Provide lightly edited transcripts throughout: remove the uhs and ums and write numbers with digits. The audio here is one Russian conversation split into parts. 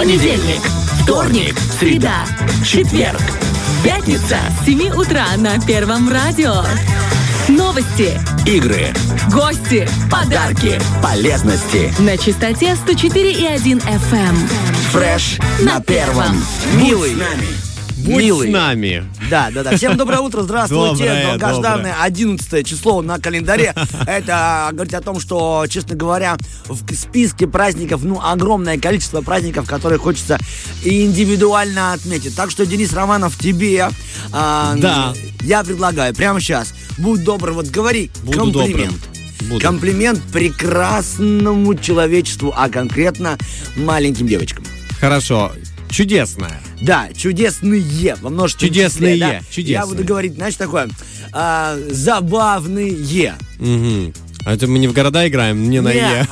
Понедельник, вторник, среда, четверг, пятница. С 7 утра на Первом радио. Новости, Игры, гости, подарки, полезности. на частоте 104,1 FM. Фреш на первом. Милый. Будь Милый. с нами. Да. Всем доброе утро, здравствуйте. Доброе, Долгожданное 11 число на календаре. Это говорит о том, что, честно говоря, в списке праздников, огромное количество праздников, которые хочется индивидуально отметить. Так что, Денис Романов, тебе Да. я предлагаю прямо сейчас, будь добр, говори Буду комплимент. добрым. Буду. Комплимент прекрасному человечеству, а конкретно маленьким девочкам. Хорошо. Чудесная. Да, чудесные во множественном Чудесные, числе, да. чудесные. Я буду говорить, знаешь, такое, забавные. Угу. А это мы не в города играем, не на «е».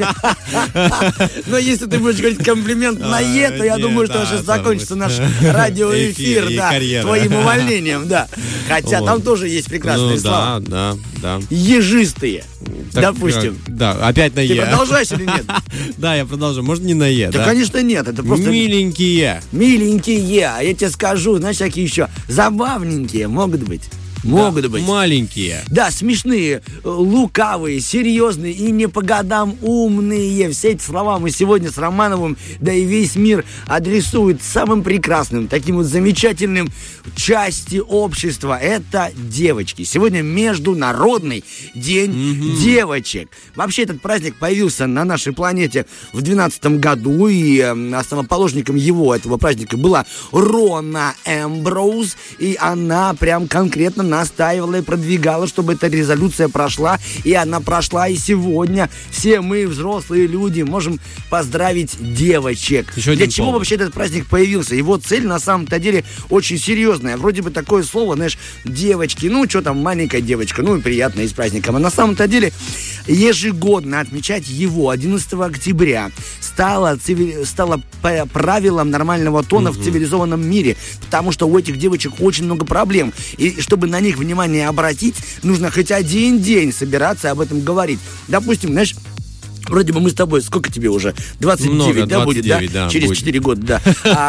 Но если ты будешь говорить комплимент на «е», то я нет, думаю, что да, сейчас да, закончится будет. наш радиоэфир, Эфир и да, карьера. твоим увольнением, да. Хотя Вот. там тоже есть прекрасные Ну слова. да. Ежистые, Так, допустим. Да, опять на Ты «е». продолжаешь или нет? Да, я продолжу. Можно не на «е», Да, да? конечно, нет. Это просто Миленькие. миленькие. А я тебе скажу, знаешь, какие еще забавненькие могут быть. Могут быть. Маленькие. Да, смешные, лукавые, серьезные и не по годам умные. Все эти слова мы сегодня с Романовым, да и весь мир адресуют самым прекрасным, таким вот замечательным части общества. Это девочки. Сегодня Международный день девочек. Вообще этот праздник появился на нашей планете в 2012 году, и основоположником этого праздника была Рона Эмброуз, и она прям конкретно настаивала и продвигала, чтобы эта резолюция прошла, и она прошла, и сегодня все мы, взрослые люди, можем поздравить девочек. Еще Для один чего повод. вообще этот праздник появился? Его цель на самом-то деле очень серьезная. Вроде бы такое слово, знаешь, девочки, что там, маленькая девочка, и приятно, и с праздником. А на самом-то деле ежегодно отмечать его 11 октября стало правилом нормального тона в цивилизованном мире, потому что у этих девочек очень много проблем. И чтобы на них внимание обратить, нужно хоть один день собираться об этом говорить. Допустим, знаешь, вроде бы мы с тобой, сколько тебе уже? 29, Много, да, будет, 29, да, Через будет. 4 года,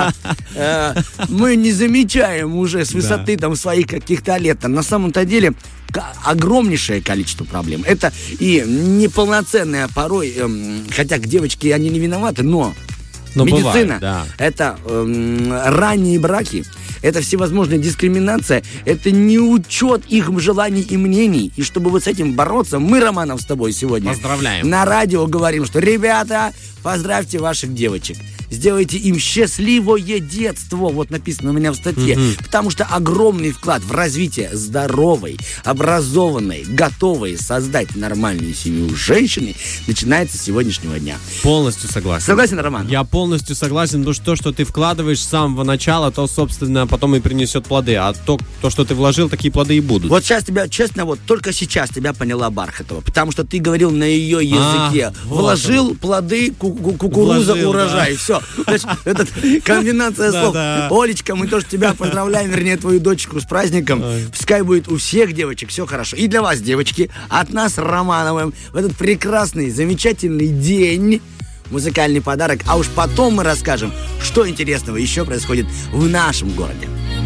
да. Мы не замечаем уже с высоты там своих каких-то лет. На самом-то деле огромнейшее количество проблем. Это и неполноценная порой, хотя девочки, они не виноваты, но медицина, бывает, да. это ранние браки, это всевозможная дискриминация, это неучет их желаний и мнений. И чтобы вот с этим бороться, мы, Романов, с тобой сегодня Поздравляем. на радио говорим, что, ребята, поздравьте ваших девочек. Сделайте им счастливое детство. Вот написано у меня в статье. Потому что огромный вклад в развитие здоровой, образованной, готовой создать нормальную семью женщины начинается с сегодняшнего дня. Полностью согласен. Согласен, Роман? Я полностью согласен, потому что то, что ты вкладываешь с самого начала, то, собственно, потом и принесет плоды. А то, что ты вложил, такие плоды и будут. Вот сейчас тебя, честно, только сейчас тебя поняла Бархатова, потому что ты говорил на ее языке. вот Вложил плоды, кукуруза, Вложил, урожай. да. Все. Это комбинация слов. Да. Олечка, мы тоже тебя поздравляем, вернее, твою дочку с праздником. Пускай будет у всех девочек все хорошо. И для вас, девочки, от нас с Романовым в этот прекрасный, замечательный день музыкальный подарок. А уж потом мы расскажем, что интересного еще происходит в нашем городе.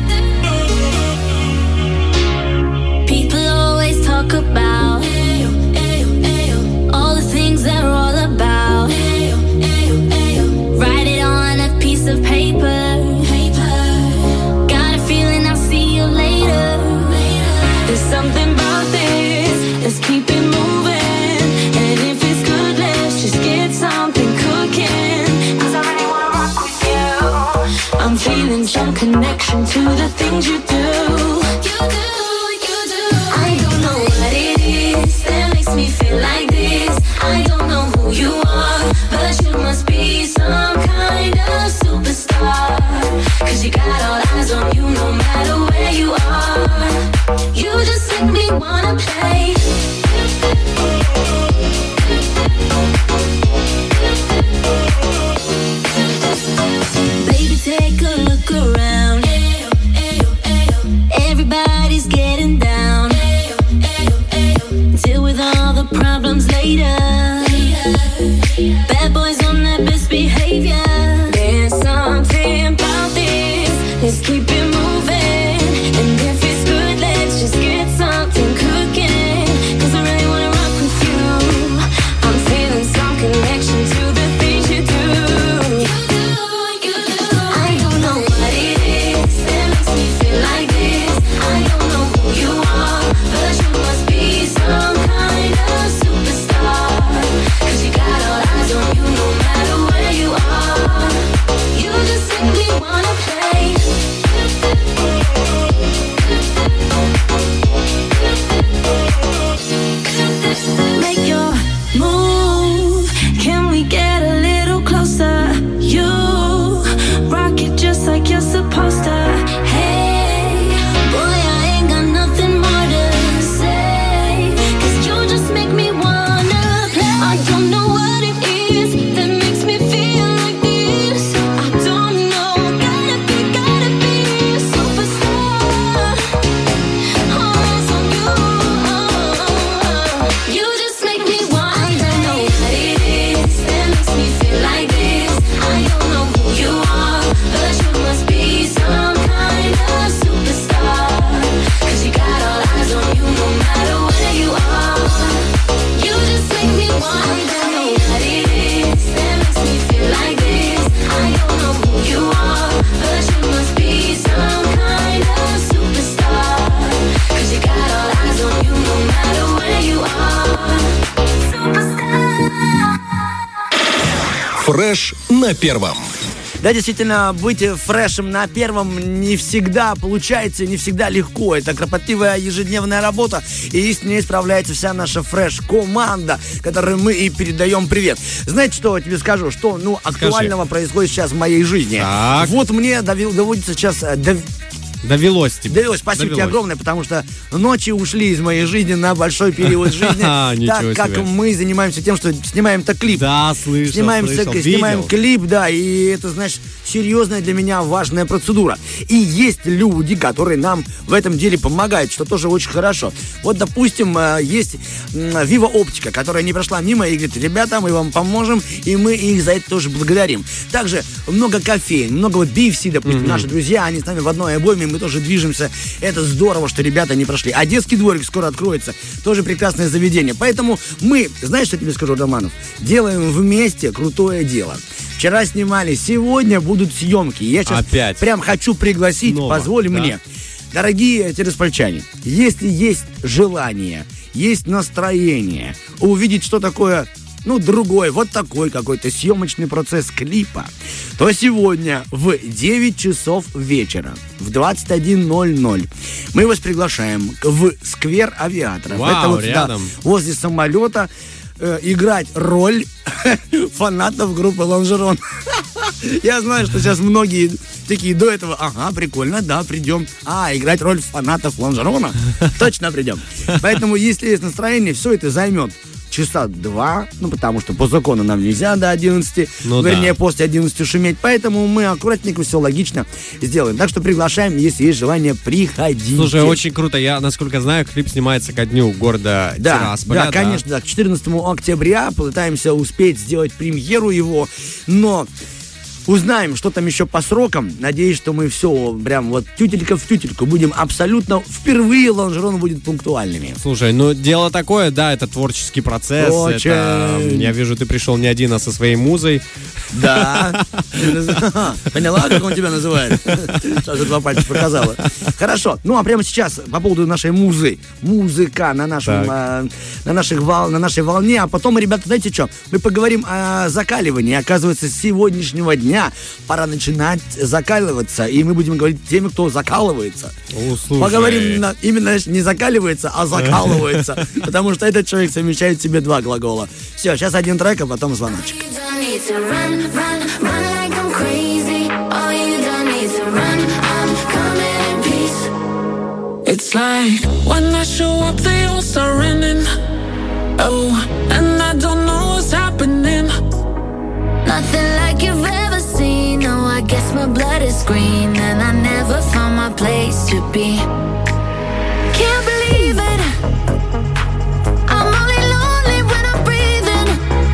People always talk about all the things they're all about. Write it on a piece of paper. Got a feeling I'll see you later. There's something about this. Let's keep it moving. And if it's good, let's just get something cooking. 'Cause I really wanna rock with you. I'm feeling some connection to the things you do. I don't know what it is that makes me feel like this. I don't know who you are, but you must be some kind of superstar. 'Cause you got all eyes on you no matter where you are. You just make me wanna play. Baby, take a look around. Everybody's getting down. Deal with all the problems later. Bad Фреш на первом. Да, действительно, быть фрешем на первом не всегда получается, не всегда легко. Это кропотливая ежедневная работа, и с ней справляется вся наша фреш-команда, которой мы и передаем привет. Знаете, что я тебе скажу? Что, актуального происходит сейчас в моей жизни. Так. Вот мне доводится сейчас... Довелось тебе. Спасибо тебе огромное, потому что ночи ушли из моей жизни на большой период жизни. Так как мы занимаемся тем, что снимаем-то клип. Да, слышал, Снимаем клип, да, и это, знаешь, серьезная для меня важная процедура. И есть люди, которые нам в этом деле помогают, что тоже очень хорошо. Вот, допустим, есть Viva Оптика, которая не прошла мимо и говорит: ребята, мы вам поможем, и мы их за это тоже благодарим. Также много кофеин, много вот BFC, допустим, наши друзья, они с нами в одной обойме, мы тоже движемся. Это здорово, что ребята не прошли. А детский дворик скоро откроется. Тоже прекрасное заведение. Поэтому мы, знаешь, что я тебе скажу, Романов? Делаем вместе крутое дело. Вчера снимали, сегодня будут съемки. Я сейчас опять прям хочу пригласить, позволь мне. Дорогие тираспольчане, если есть желание, есть настроение увидеть, что такое, другой, вот такой какой-то съемочный процесс клипа, то сегодня в 9 часов вечера, в 21:00 мы вас приглашаем в сквер Авиаторов. Вау, это вот рядом. Возле самолета играть роль фанатов группы Лонжерон. Я знаю, что сейчас многие такие до этого: ага, прикольно, да, придем. Играть роль фанатов Лонжерона? Точно придем. Поэтому, если есть настроение, все это займет часа 2, потому что по закону нам нельзя до 11, после 11 шуметь, поэтому мы аккуратненько, все логично сделаем. Так что приглашаем, если есть желание, приходите. Слушай, очень круто. Я, насколько знаю, клип снимается ко дню города Тирасполя. Да, конечно, да. К 14 октября пытаемся успеть сделать премьеру его, но... Узнаем, что там еще по срокам. Надеюсь, что мы все прям вот тютелька в тютельку будем абсолютно... Впервые Лонжерон будет пунктуальными. Слушай, дело такое, да, это творческий процесс. Я вижу, ты пришел не один, а со своей музой. Да. Поняла, как он тебя называет? Сейчас два пальца показала. Хорошо. А прямо сейчас по поводу нашей музы. Музыка на нашей волне. А потом, ребята, знаете что? Мы поговорим о закаливании. Оказывается, с сегодняшнего дня пора начинать закаливаться, и мы будем говорить теми, кто закалывается. Поговорим именно не закаливается, а закалывается, потому что этот человек совмещает в себе два глагола. Все, сейчас один трек, а потом звоночек. It's like when I show up, they all start running. Oh, and I don't know what's happening. Nothing like you've ever seen. No, I guess my blood is green, and I never found my place to be. Can't believe it. I'm only lonely when I'm breathing.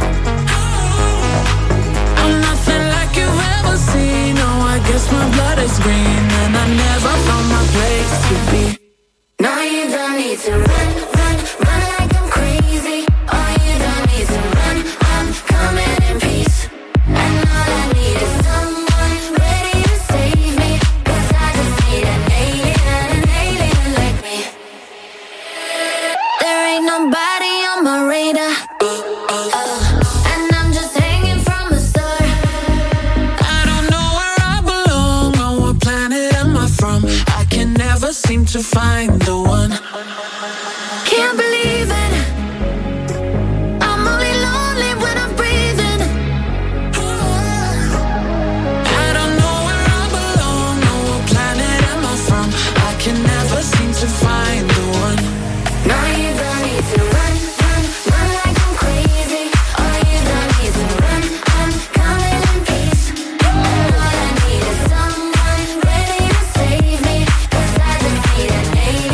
I'm nothing like you've ever seen. No, I guess my blood is green, and I never found my place to be. No, you don't need to run, run, run like I'm crazy. Oh, you don't need to run. I'm coming in peace. And all I need is someone ready to save me. 'Cause I just need an alien like me. There ain't nobody on my radar. And I'm just hanging from a star. I don't know where I belong, or what planet am I from. I can never seem to find the one. Can't believe it. I'm only lonely when I'm breathing. I don't know where I belong, or what planet am I from. I can never seem to find the one. No, you don't need to run, run, run like I'm crazy. Oh, you don't need to run. I'm coming in peace. And all I need is someone ready to save me. 'Cause I just need an alien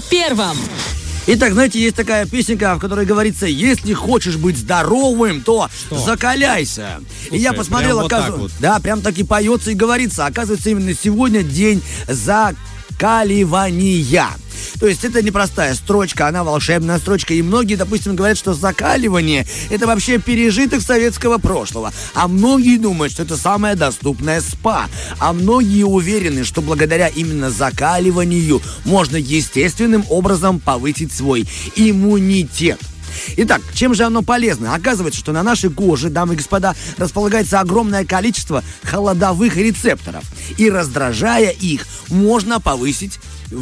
первом. Итак, знаете, есть такая песенка, в которой говорится: если хочешь быть здоровым, то закаляйся. И я посмотрел, прям вот так оказывается, вот. да, прям так и поется и говорится. Оказывается, именно сегодня день закаливания. То есть это непростая строчка, она волшебная строчка. И многие, допустим, говорят, что закаливание – это вообще пережиток советского прошлого. А многие думают, что это самое доступное спа. А многие уверены, что благодаря именно закаливанию можно естественным образом повысить свой иммунитет. Итак, чем же оно полезно? Оказывается, что на нашей коже, дамы и господа, располагается огромное количество холодовых рецепторов. И раздражая их, можно повлиять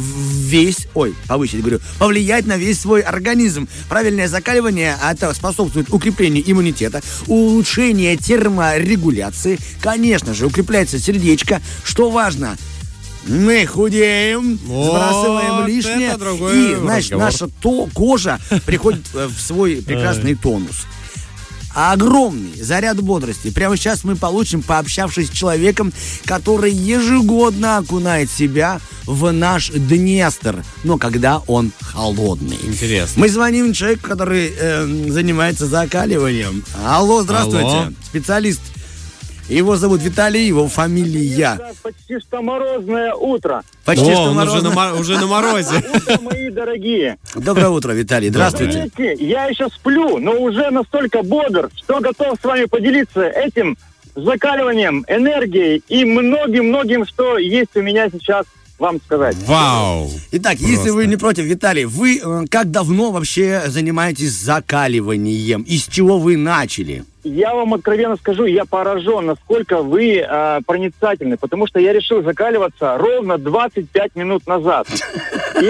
на весь свой организм. Правильное закаливание это способствует укреплению иммунитета, улучшению терморегуляции, конечно же, укрепляется сердечко, что важно. Мы худеем, сбрасываем лишнее, и, знаешь, наша кожа приходит в свой прекрасный тонус. Огромный заряд бодрости прямо сейчас мы получим, пообщавшись с человеком, который ежегодно окунает себя в наш Днестр, но когда он холодный. Интересно. Мы звоним человеку, который занимается закаливанием. Алло, здравствуйте. Алло. Специалист. Его зовут Виталий, его фамилия. Да, почти что морозное утро. Почти что он морозно. уже на морозе. Утро, мои дорогие. Доброе утро, Виталий. Здравствуйте. Знаете, я еще сплю, но уже настолько бодр, что готов с вами поделиться этим закаливанием, энергией и многим-многим, что есть у меня сейчас вам сказать. Вау! Итак, если вы не против, Виталий, вы как давно вообще занимаетесь закаливанием? И с чего вы начали? Я вам откровенно скажу, я поражен, насколько вы проницательны, потому что я решил закаливаться ровно 25 минут назад. И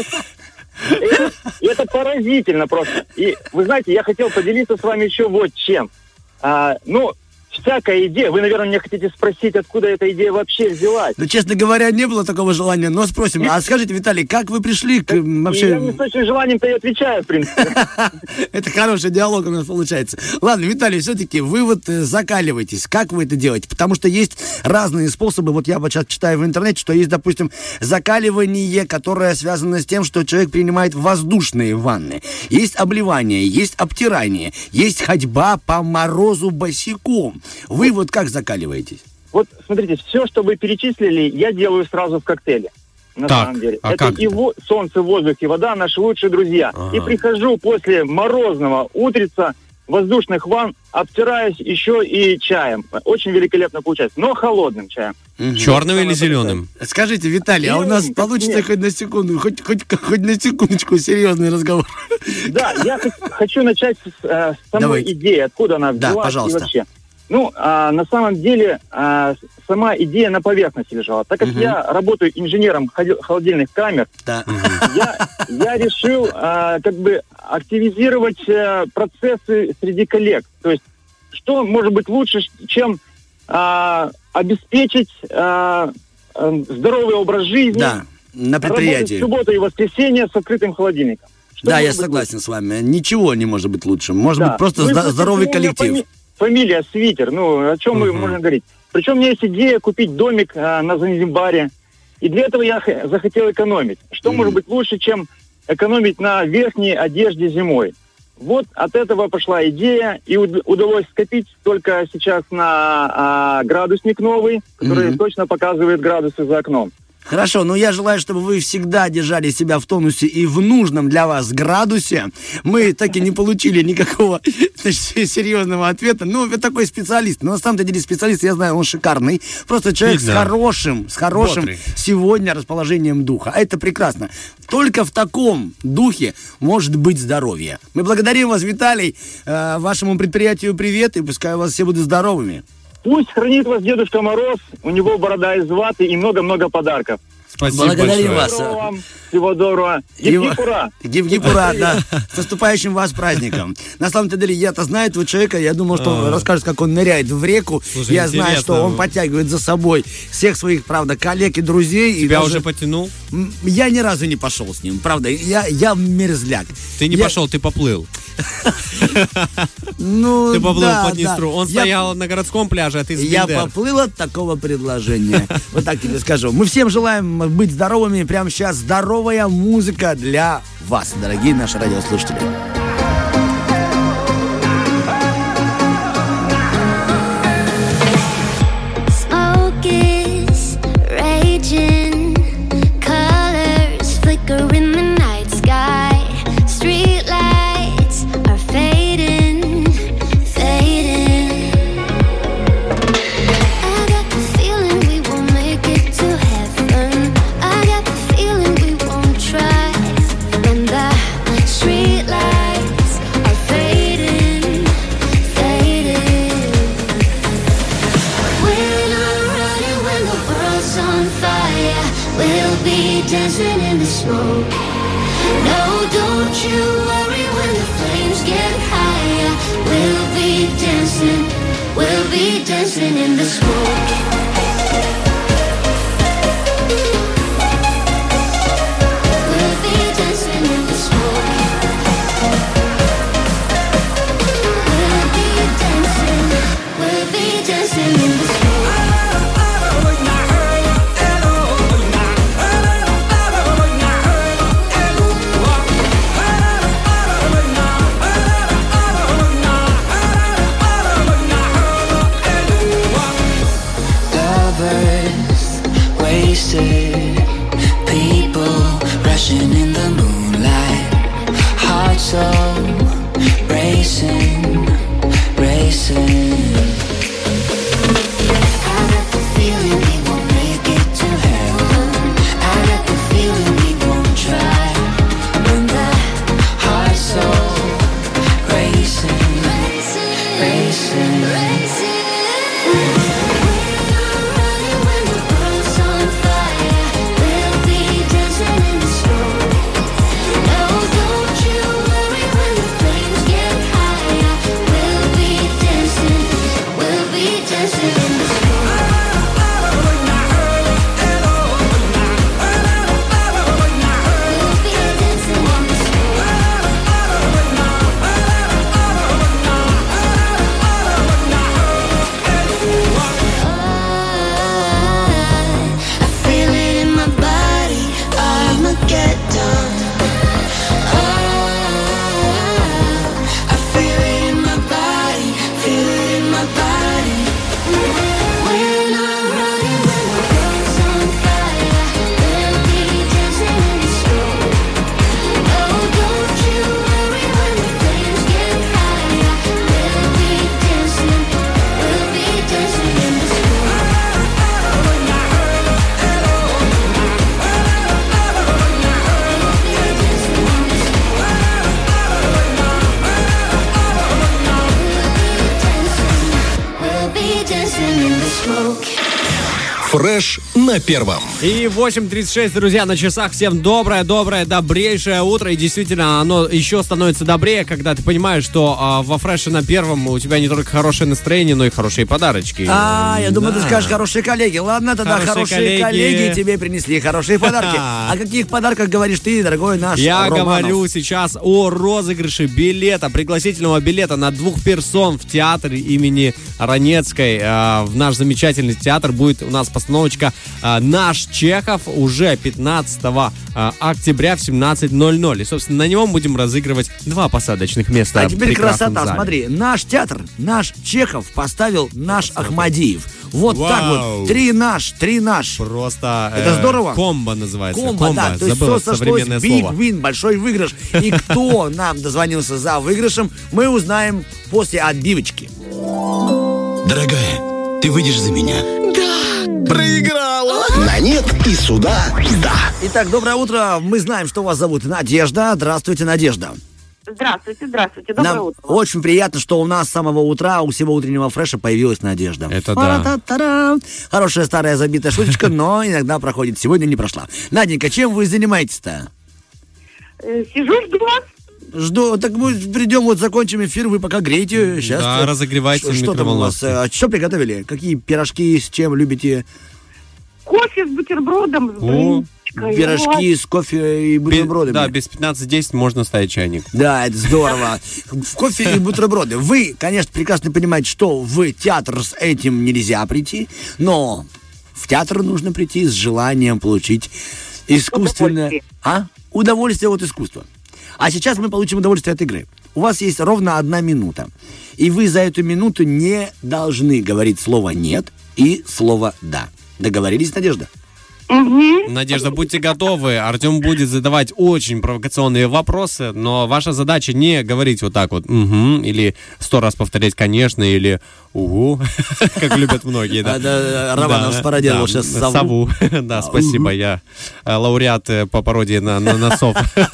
это поразительно просто. И вы знаете, я хотел поделиться с вами еще вот чем. Всякая идея. Вы, наверное, мне хотите спросить, откуда эта идея вообще взялась. Ну, честно говоря, не было такого желания, но спросим. А скажите, Виталий, как вы пришли к вообще... Я не с очень желанием-то и отвечаю, в принципе. Это хороший диалог у нас получается. Ладно, Виталий, все-таки вы вот закаливаетесь. Как вы это делаете? Потому что есть разные способы. Вот я вот сейчас читаю в интернете, что есть, допустим, закаливание, которое связано с тем, что человек принимает воздушные ванны. Есть обливание, есть обтирание, есть ходьба по морозу босиком. Вы вот как закаливаетесь? Вот, смотрите, все, что вы перечислили, я делаю сразу в коктейле. На самом деле. А это как и солнце, воздух, и вода наши лучшие друзья. И прихожу после морозного утреца, воздушных ванн, обтираюсь еще и чаем. Очень великолепно получается, но холодным чаем. Черным или зеленым? Скажите, Виталий, а у нас получится хоть на секунду, хоть на секундочку серьезный разговор? Да, я хочу начать с самой идеи, откуда она взялась. Да, пожалуйста. И вообще. На самом деле, сама идея на поверхности лежала. Так как я работаю инженером холодильных камер, я решил активизировать процессы среди коллег. То есть, что может быть лучше, чем обеспечить здоровый образ жизни на предприятии. В субботу и воскресенье с открытым холодильником. Да, я согласен с вами. Ничего не может быть лучше. Может быть просто здоровый коллектив. Фамилия Свитер, о чем мы можем говорить? Причем у меня есть идея купить домик на Занзибаре. И для этого я захотел экономить. Что может быть лучше, чем экономить на верхней одежде зимой? Вот от этого пошла идея, и удалось скопить только сейчас на градусник новый, который точно показывает градусы за окном. Хорошо, но я желаю, чтобы вы всегда держали себя в тонусе и в нужном для вас градусе. Мы так и не получили никакого серьезного ответа. Вы такой специалист. Но на самом деле специалист, я знаю, он шикарный. Просто человек с хорошим сегодня расположением духа. А это прекрасно. Только в таком духе может быть здоровье. Мы благодарим вас, Виталий. Вашему предприятию привет, и пускай у вас все будут здоровыми. Пусть хранит вас Дедушка Мороз, у него борода из ваты и много-много подарков. Спасибо Благодарим большое. вас. Вам всего доброго. Гип-гип-ура. Гип-гип-ура, да. С наступающим вас праздником. На самом деле, я-то знаю этого человека, я думал, что он расскажет, как он ныряет в реку. Слушай, я знаю, что он подтягивает за собой всех своих, правда, коллег и друзей. Тебя уже потянул? Я ни разу не пошел с ним, правда. Я мерзляк. Ты не пошел, ты поплыл. Ну, Ты поплыл да, по Днестру. Он Я- стоял на городском пляже, а ты с Я Бендер. поплыл от такого предложения. Вот так тебе скажу. Мы всем желаем быть здоровыми. Прямо сейчас здоровая музыка для вас, дорогие наши радиослушатели. Smoke is raging, colors flicker in the night sky. Street lights are fading, fading. I got the feeling we won't make it to heaven. I got the feeling we won't try. And the street lights are fading, fading. We're not running when the world's on fire. We'll be dancing in the smoke. No, don't you worry when the flames get higher. We'll be dancing in the smoke. We'll be dancing in the smoke. We'll be dancing in the smoke. Lovers wasted, people rushing in the moonlight, hearts so racing, racing. I got the feeling we won't make it to heaven. I got the feeling we won't try. And the Hearts so racing, racing. We're not running when the world's on fire. We'll be dancing in the smoke. No, don't you worry when the flames get higher. We'll be dancing in the smoke. We'll be dancing in the smoke. I feel it in my body, Armageddon. I feel it in my body, feel it in my body. We're not running when the world's on fire. We'll be dancing in the smoke. No, don't you worry when the flames get higher. We'll be dancing in the smoke. We'll be dancing in the smoke. Фреш на первом. И 8:36, друзья, на часах. Всем доброе, добрейшее утро. И действительно, оно еще становится добрее, когда ты понимаешь, что во Фреше на первом у тебя не только хорошее настроение, но и хорошие подарочки. Я думаю, Да. ты скажешь хорошие коллеги. Ладно, тогда хорошие коллеги тебе принесли хорошие подарки. О каких подарках говоришь ты, дорогой наш Я Романов? говорю сейчас о розыгрыше билета, пригласительного билета на 2 персон в театр имени Ранецкой. В наш замечательный театр будет у нас постановочка «Наш Чехов» уже 15 октября в 17:00. И, собственно, на него мы будем разыгрывать 2 посадочных места. А в теперь прекрасном красота, зале. смотри. Наш театр, наш Чехов поставил наш Ахмадиев. Вот так Вау. вот. Три наш. Просто Это здорово. комбо называется. Комбо, да. То есть Забыл все сошлось. современное Big слово. win, большой выигрыш. И кто нам дозвонился за выигрышем, мы узнаем после отбивочки. Дорогая, ты выйдешь за меня? Да. Проиграла. На нет и сюда да. Итак, доброе утро. Мы знаем, что вас зовут Надежда. Здравствуйте, Надежда. Здравствуйте, доброе Нам утро. очень приятно, что у нас с самого утра, у всего утреннего фреша появилась Надежда. Это да. Пара-та-та-рам. Хорошая старая забитая шуточка, но иногда проходит. Сегодня не прошла. Наденька, чем вы занимаетесь-то? Сижу, жду вас. Жду, так мы придем, вот закончим эфир, вы пока греете. Сейчас. Да, разогревайте Что там у вас? микроволновке. Что приготовили? Какие пирожки, с чем любите? Кофе с бутербродом, с О, блинчиками. сладкое. пирожки с кофе и бутербродами. Да, без 15-10 можно ставить чайник. Да, это здорово. В кофе и бутерброды. Вы, конечно, прекрасно понимаете, что в театр с этим нельзя прийти, но в театр нужно прийти с желанием получить искусственное... Удовольствие от искусства. А сейчас мы получим удовольствие от игры. У вас есть ровно 1 минута. И вы за эту минуту не должны говорить слово «нет» и слово «да». Договорились, Надежда? Надежда, будьте готовы. Артем будет задавать очень провокационные вопросы, но ваша задача не говорить вот так вот «угу» или 100 раз повторять «конечно» или «угу», как любят многие. Да, Романов спародировал сейчас сову. Да, спасибо, я лауреат по пародии на носов.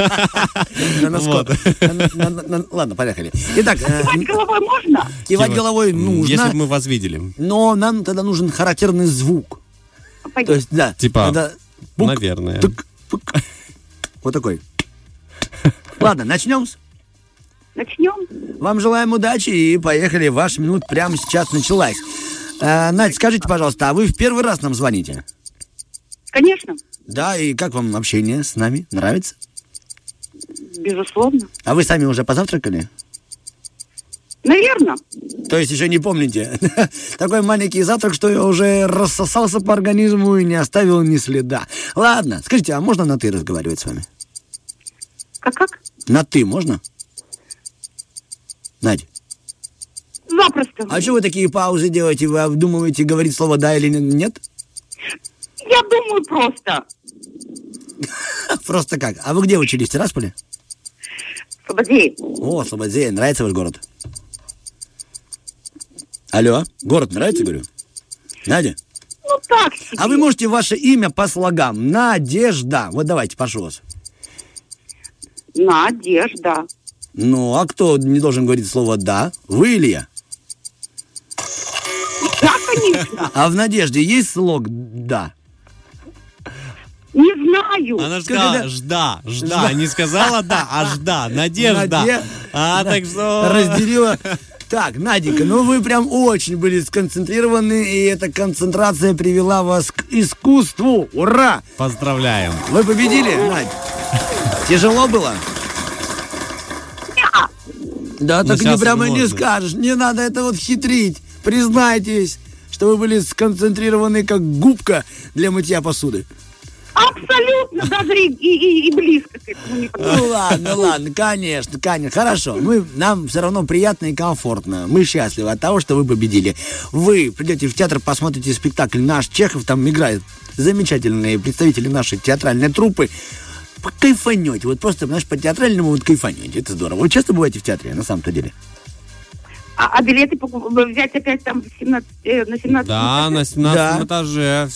Ладно, поехали. Итак, Кивать головой можно? кивать головой нужно. Если бы мы вас видели. Но нам тогда нужен характерный звук. То есть, да. Типа, это пук, наверное. тук, пук. Вот такой. Ладно, начнем. Начнем. Вам желаем удачи и поехали. Ваша минута прямо сейчас началась. Надь, скажите, пожалуйста, а вы в первый раз нам звоните? Конечно. Да, и как вам общение с нами? Нравится? Безусловно. А вы сами уже позавтракали? Наверное. То есть еще не помните? Такой маленький завтрак, что я уже рассосался по организму и не оставил ни следа. Ладно, скажите, а можно на «ты» разговаривать с вами? Как? На «ты» можно? Надь. Запросто. А что вы такие паузы делаете? Вы обдумываете, говорить слово «да» или «нет»? Я думаю просто. Просто как? А вы где учились, в Тирасполе? Слободей. О, Слободей, нравится ваш город? Алло, город нравится, говорю? Надя? Ну так себе. А вы можете ваше имя по слогам? Надежда. Вот давайте, прошу вас. Надежда. Ну, а кто не должен говорить слово «да»? Вы или я? Да, конечно. А в «Надежде» есть слог «да»? Не знаю. Она же сказала жда. Не сказала «да», а жда. Надежда. Так что... Разделила. Так, Наденька, ну вы прям очень были сконцентрированы, и эта концентрация привела вас к искусству. Ура! Поздравляем. Вы победили, Надь? Тяжело было? Да, Ну, так не сейчас прямо не можно. скажешь. Не надо это вот хитрить. Признайтесь, что вы были сконцентрированы как губка для мытья посуды. Абсолютно, даже и близко к этому не подходит. Ну ладно, конечно. Хорошо, нам все равно приятно и комфортно. Мы счастливы от того, что вы победили. Вы придете в театр, посмотрите спектакль «Наш Чехов», там играют замечательные представители нашей театральной труппы. Кайфанете, вот просто, знаешь, по-театральному вот кайфанете, это здорово. Вы часто бываете в театре, на самом-то деле? А билеты взять опять там на 17 Да, на 17 этаже.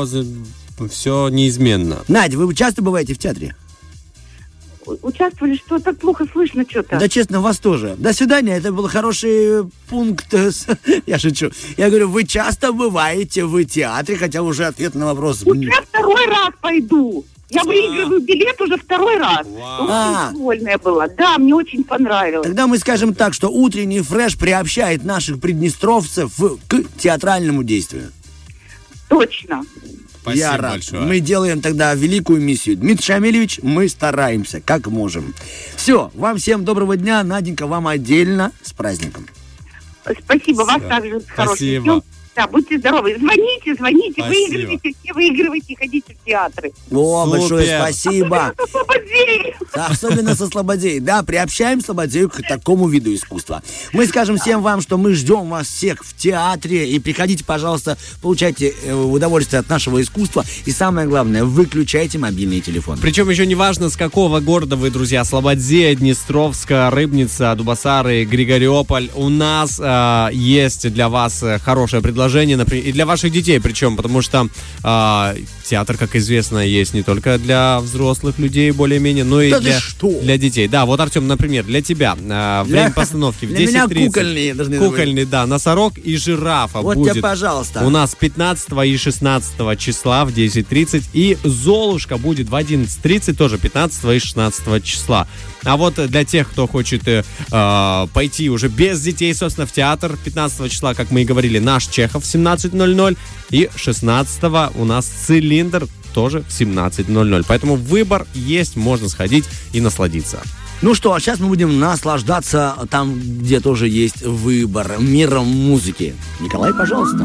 Все неизменно. Надя, вы часто бываете в театре? Участвовали, что так плохо слышно что-то. Да, честно, вас тоже. До свидания, это был хороший пункт. Я шучу. Я говорю, вы часто бываете в театре, хотя уже ответ на вопрос... Я второй раз пойду. Я выигрываю билет уже второй раз. Очень довольная была. Да, мне очень понравилось. Тогда мы скажем так, что утренний фреш приобщает наших приднестровцев к театральному действию. Точно. Спасибо Я рад. большое. Мы делаем тогда великую миссию. Дмитрий Шамилевич, мы стараемся, как можем. Все, вам всем доброго дня. Наденька, вам отдельно с праздником. Спасибо, вас также с хорошим Спасибо. днем. Да, будьте здоровы. Звоните, Спасибо. выигрывайте, ходите в театры. О, Супер. большое спасибо. Слободей. Особенно со Слободей. Да, приобщаем Слободею к такому виду искусства. Мы скажем всем вам, что мы ждем вас всех в театре. И приходите, пожалуйста, получайте удовольствие от нашего искусства. И самое главное, выключайте мобильный телефон. Причем еще не важно, с какого города вы, друзья. Слободея, Днестровска, Рыбница, Дубасары, Григориополь. У нас есть для вас хорошее предложение, например, и для ваших детей, причем, потому что театр, как известно, есть не только для взрослых людей более-менее, но и для детей. Да, вот, Артем, например, для тебя время постановки в 10:30. Для меня кукольные должны быть. Кукольный, да, «Носорог» и «Жирафа» вот будет. тебе, пожалуйста. У нас 15 и 16 числа в 10:30. И «Золушка» будет в 11:30, тоже 15 и 16 числа. А вот для тех, кто хочет пойти уже без детей, собственно, в театр, 15 числа, как мы и говорили, «Наш Чехов» в 17:00. И 16 у нас «Цилиндр». тоже в 17:00. Поэтому выбор есть, можно сходить и насладиться. Ну что, а сейчас мы будем наслаждаться там, где тоже есть выбор, миром музыки. Николай, пожалуйста.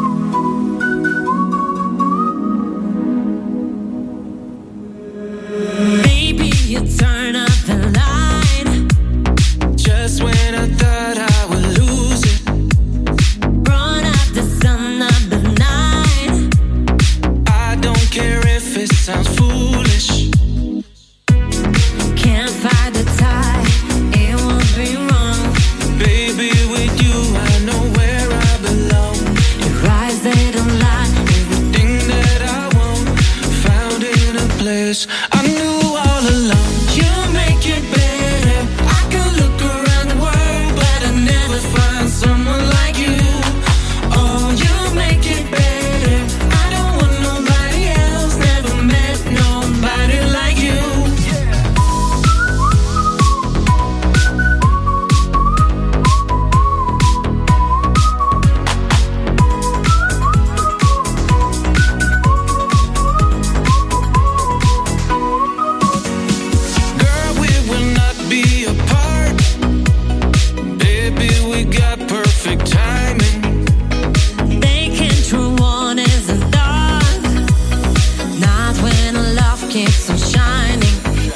Baby, you turn up the line. Just when I thought I would lose it, Run out the sun of the night. I don't care if it sounds foolish. Can't fight the tide, it won't be wrong. Baby, with you I know where I belong. Your eyes, they don't lie. Everything that I want, found in a place I knew all along. You make it better. I can look around the world, but I never find someone like you. Oh, you make it better. I don't want nobody else. Never met nobody like you. Girl, we will not be apart. Baby, we got perfect timing. They can't true one is a dark. Not when love keeps on shining.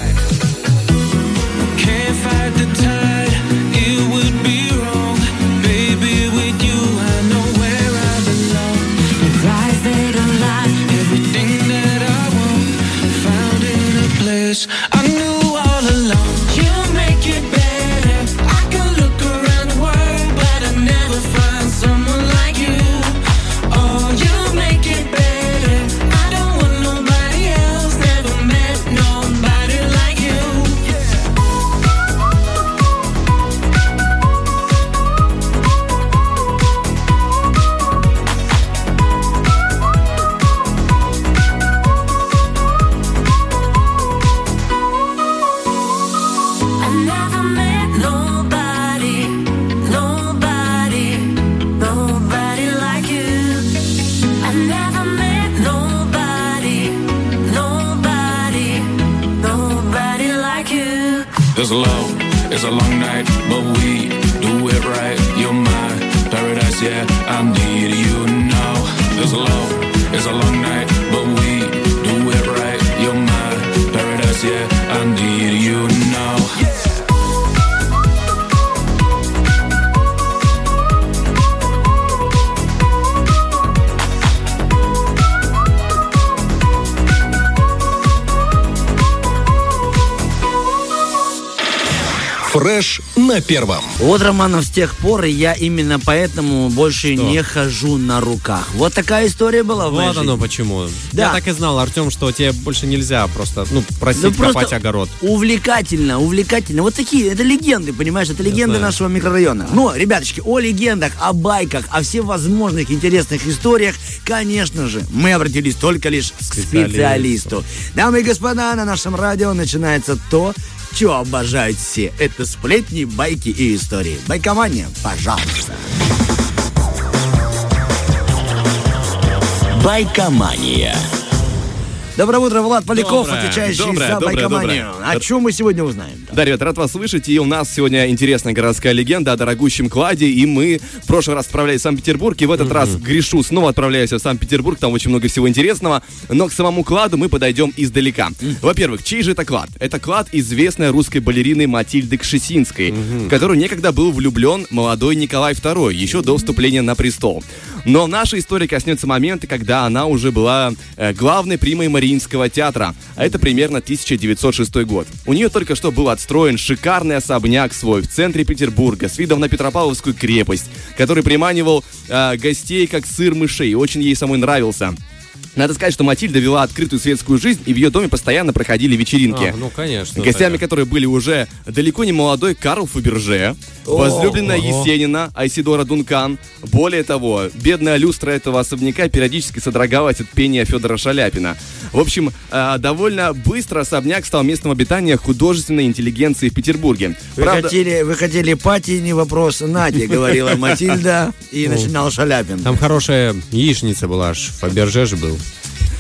Can't fight the tide, it would be wrong. Baby, with you I know where I belong. Your eyes, they don't lie. Everything that I want, found in a place I knew all along. You make it better. I can look around the world, but I never find someone like you. Oh, you make it better. I don't want nobody else. Never met nobody like you. I never met nobody, nobody, nobody like you. I never met nobody, nobody, nobody like you. This love is a long night, but we do it right. You're my paradise, yeah, I need you now. This love is a long night, but we do it right. You're my paradise, yeah, I need you now. Фреш на первом. Вот, Романов, с тех пор я именно поэтому больше не хожу на руках. Вот такая история была в моей Вот жизни. оно почему. Да. Я так и знал, Артем, что тебе больше нельзя просто, просить Да просто копать огород. Увлекательно. Вот такие, это легенды, понимаешь, это легенды знаю. нашего микрорайона. Но, ребяточки, о легендах, о байках, о всевозможных интересных историях, конечно же, мы обратились только лишь к специалисту. Дамы и господа, на нашем радио начинается то, что обожают все. Это сплетни, байки и истории. Байкомания, пожалуйста. Байкомания. Доброе утро, Влад Поляков, Доброе, отвечающий доброе, за доброе, Байкоманию. доброе. О чем мы сегодня узнаем? Да, ребят, рад вас слышать. И у нас сегодня интересная городская легенда о дорогущем кладе. И мы в прошлый раз отправлялись в Санкт-Петербург. И в этот раз грешу, снова отправляюсь в Санкт-Петербург. Там очень много всего интересного. Но к самому кладу мы подойдем издалека. Во-первых, чей же это клад? Это клад известной русской балерины Матильды Кшесинской, в которую некогда был влюблен молодой Николай II, еще до вступления на престол. Но наша история коснется момента, когда она уже была главной примой Мариинского театра. А это примерно 1906 год. У нее только что был отстроен шикарный особняк свой в центре Петербурга с видом на Петропавловскую крепость, который приманивал гостей как сыр мышей. Очень ей самой нравился. Надо сказать, что Матильда вела открытую светскую жизнь, и в ее доме постоянно проходили вечеринки. Конечно. Гостями которые были уже далеко не молодой Карл Фаберже, возлюбленная Есенина Айсидора Дункан. Более того, бедная люстра этого особняка периодически содрогалась от пения Федора Шаляпина. В общем, довольно быстро особняк стал местом обитания художественной интеллигенции в Петербурге. Вы хотели пати, не вопрос, Надя, говорила Матильда, и начинал Шаляпин. Там хорошая яичница была, аж Фаберже же был.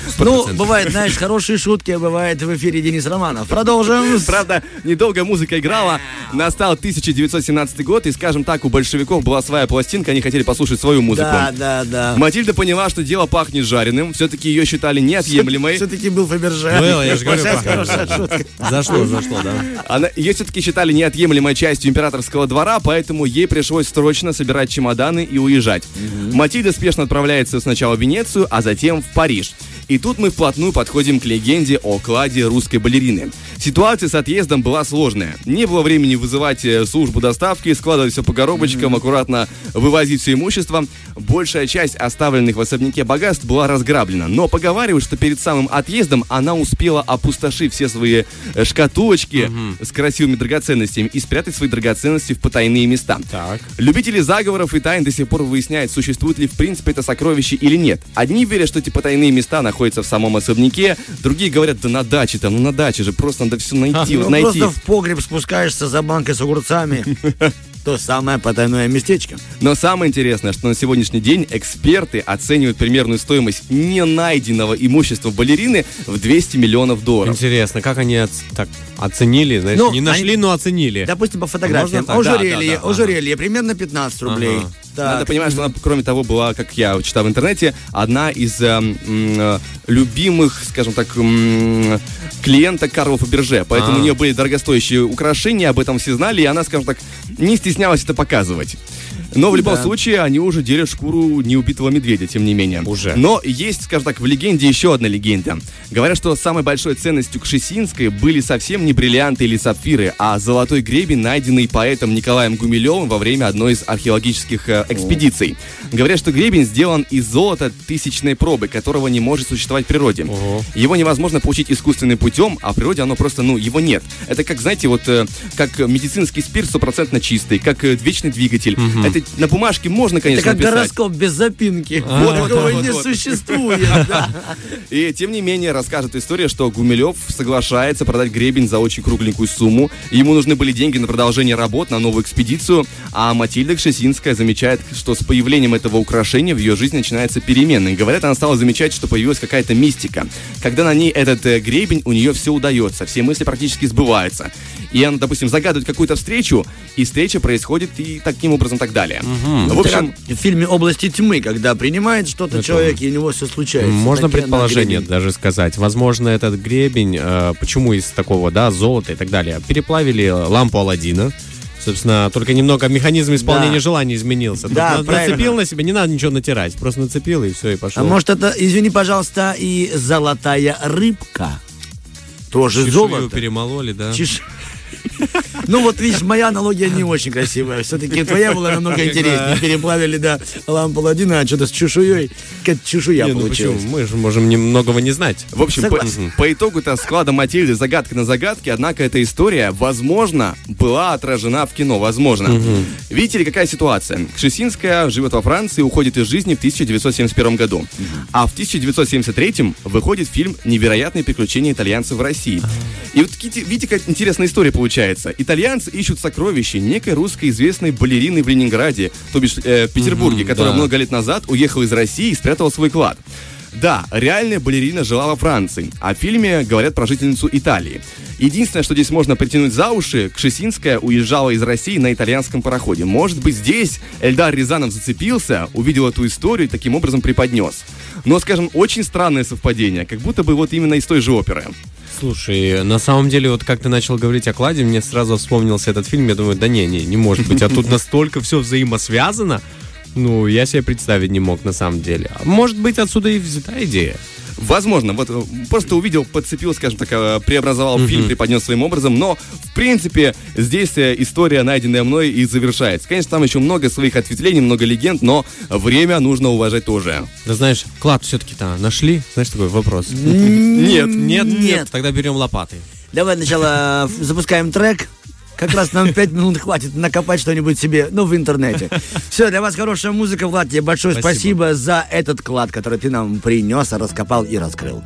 Ну, бывает, знаешь, хорошие шутки, а бывает в эфире Денис Романов. Продолжим. Правда, недолго музыка играла. Настал 1917 год, и, скажем так, у большевиков была своя пластинка, они хотели послушать свою музыку. Да. Матильда поняла, что дело пахнет жареным, все-таки ее считали неотъемлемой. Все-таки был Фаберже. Было, я же говорю, Хорошая шутка. Зашло, да. Ее все-таки считали неотъемлемой частью императорского двора, поэтому ей пришлось срочно собирать чемоданы и уезжать. Матильда спешно отправляется сначала в Венецию, а затем в Париж. И тут мы вплотную подходим к легенде о кладе русской балерины. Ситуация с отъездом была сложная. Не было времени вызывать службу доставки, складывать все по коробочкам, аккуратно вывозить все имущество. Большая часть оставленных в особняке богатств была разграблена. Но поговаривают, что перед самым отъездом она успела опустошить все свои шкатулочки с красивыми драгоценностями и спрятать свои драгоценности в потайные места. Так. Любители заговоров и тайн до сих пор выясняют, существует ли в принципе это сокровище или нет. Одни верят, что эти потайные места находятся в самом особняке, другие говорят, да на даче там, на даче же просто надо все найти. Просто в погреб спускаешься за банкой с огурцами. То самое потайное местечко. Но самое интересное, что на сегодняшний день эксперты оценивают примерную стоимость ненайденного имущества балерины в $200 миллионов. Интересно, как они так оценили? Знаешь, не нашли, но оценили. Допустим, по фотографиям. Ожерелье примерно 15 рублей. Надо понимать, что она, кроме того, была, как я читал в интернете, одна из любимых, скажем так, клиента Карла Фаберже. Поэтому у нее были дорогостоящие украшения, об этом все знали, и она, скажем так, не стеснялась это показывать. Но в любом случае они уже делят шкуру неубитого медведя, тем не менее. Уже. Но есть, скажем так, в легенде еще одна легенда. Говорят, что самой большой ценностью Кшесинской были совсем не бриллианты или сапфиры, а золотой гребень, найденный поэтом Николаем Гумилевым во время одной из археологических экспедиций. Говорят, что гребень сделан из золота тысячной пробы, которого не может существовать в природе. Его невозможно получить искусственным путем, а в природе оно просто, его нет. Это как, знаете, вот как медицинский спирт 100% чистый, как вечный двигатель. Это на бумажке можно, конечно, это как написать. Гороскоп без запинки. Такого не существует. И тем не менее расскажет история, что Гумилев соглашается продать гребень за очень кругленькую сумму. Ему нужны были деньги на продолжение работ, на новую экспедицию. А Матильда Кшесинская замечает, что с появлением этого украшения в ее жизни начинается перемена. И говорят, она стала замечать, что появилась какая-то мистика. Когда на ней этот гребень, у нее все удается, все мысли практически сбываются. И она, допустим, загадывает какую-то встречу, и встреча происходит и таким образом так далее. В общем, в фильме «Области тьмы», когда принимает что-то человек, и у него все случается. Можно предположение даже сказать. Возможно, этот гребень, почему из такого, золота и так далее, переплавили лампу Аладдина. Собственно, только немного механизм исполнения желаний изменился. Нацепил на себя, не надо ничего натирать. Просто нацепил, и все, и пошел. А может, это, извини, пожалуйста, и золотая рыбка? Тоже золото. Перемололи, да? Ну вот, видишь, моя аналогия не очень красивая. Все-таки твоя была намного интереснее. Переплавили, лампу Аладдина, а что-то с чешуей. Какая-то чешуя получилась. Мы же можем многого не знать. В общем, по итогу-то склада Матильды загадка на загадке, однако эта история, возможно, была отражена в кино. Возможно. Видите ли, какая ситуация? Кшесинская живет во Франции, уходит из жизни в 1971 году. А в 1973 выходит фильм «Невероятные приключения итальянцев в России». И вот видите, какая интересная история получается. Итальянцы ищут сокровища некой русской известной балерины в Ленинграде, то бишь в Петербурге, которая много лет назад уехала из России и спрятала свой клад. Да, реальная балерина жила во Франции, а в фильме говорят про жительницу Италии. Единственное, что здесь можно притянуть за уши, Кшесинская уезжала из России на итальянском пароходе. Может быть, здесь Эльдар Рязанов зацепился, увидел эту историю и таким образом преподнес. Но, скажем, очень странное совпадение, как будто бы вот именно из той же оперы. Слушай, на самом деле, вот как ты начал говорить о кладе, мне сразу вспомнился этот фильм, я думаю, не может быть, а тут настолько все взаимосвязано, я себе представить не мог на самом деле. Может быть, отсюда и взята идея. Возможно, вот просто увидел, подцепил, скажем так, преобразовал фильм, преподнес своим образом, но, в принципе, здесь история, найденная мной, и завершается. Конечно, там еще много своих ответвлений, много легенд, но время нужно уважать тоже. Да знаешь, клад все-таки-то нашли? Знаешь, такой вопрос? Нет. Тогда берем лопаты. Давай сначала запускаем трек. Как раз нам 5 минут хватит накопать что-нибудь себе, в интернете. Все, для вас хорошая музыка, Влад. Тебе большое спасибо за этот клад, который ты нам принес, раскопал и раскрыл.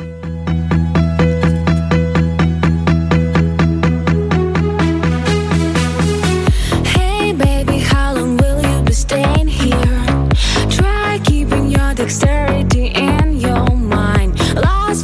Hey baby, how long will you be staying here? Try keeping your dexterity in your mind. Lost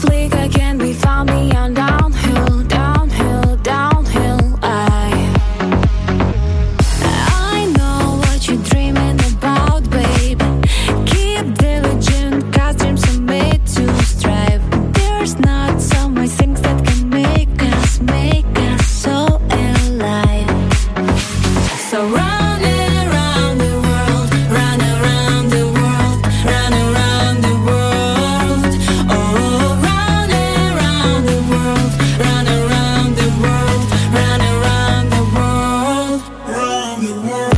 So run around the world, run around the world, run around the world. Oh, run around the world, run around the world, run around the world, around the world.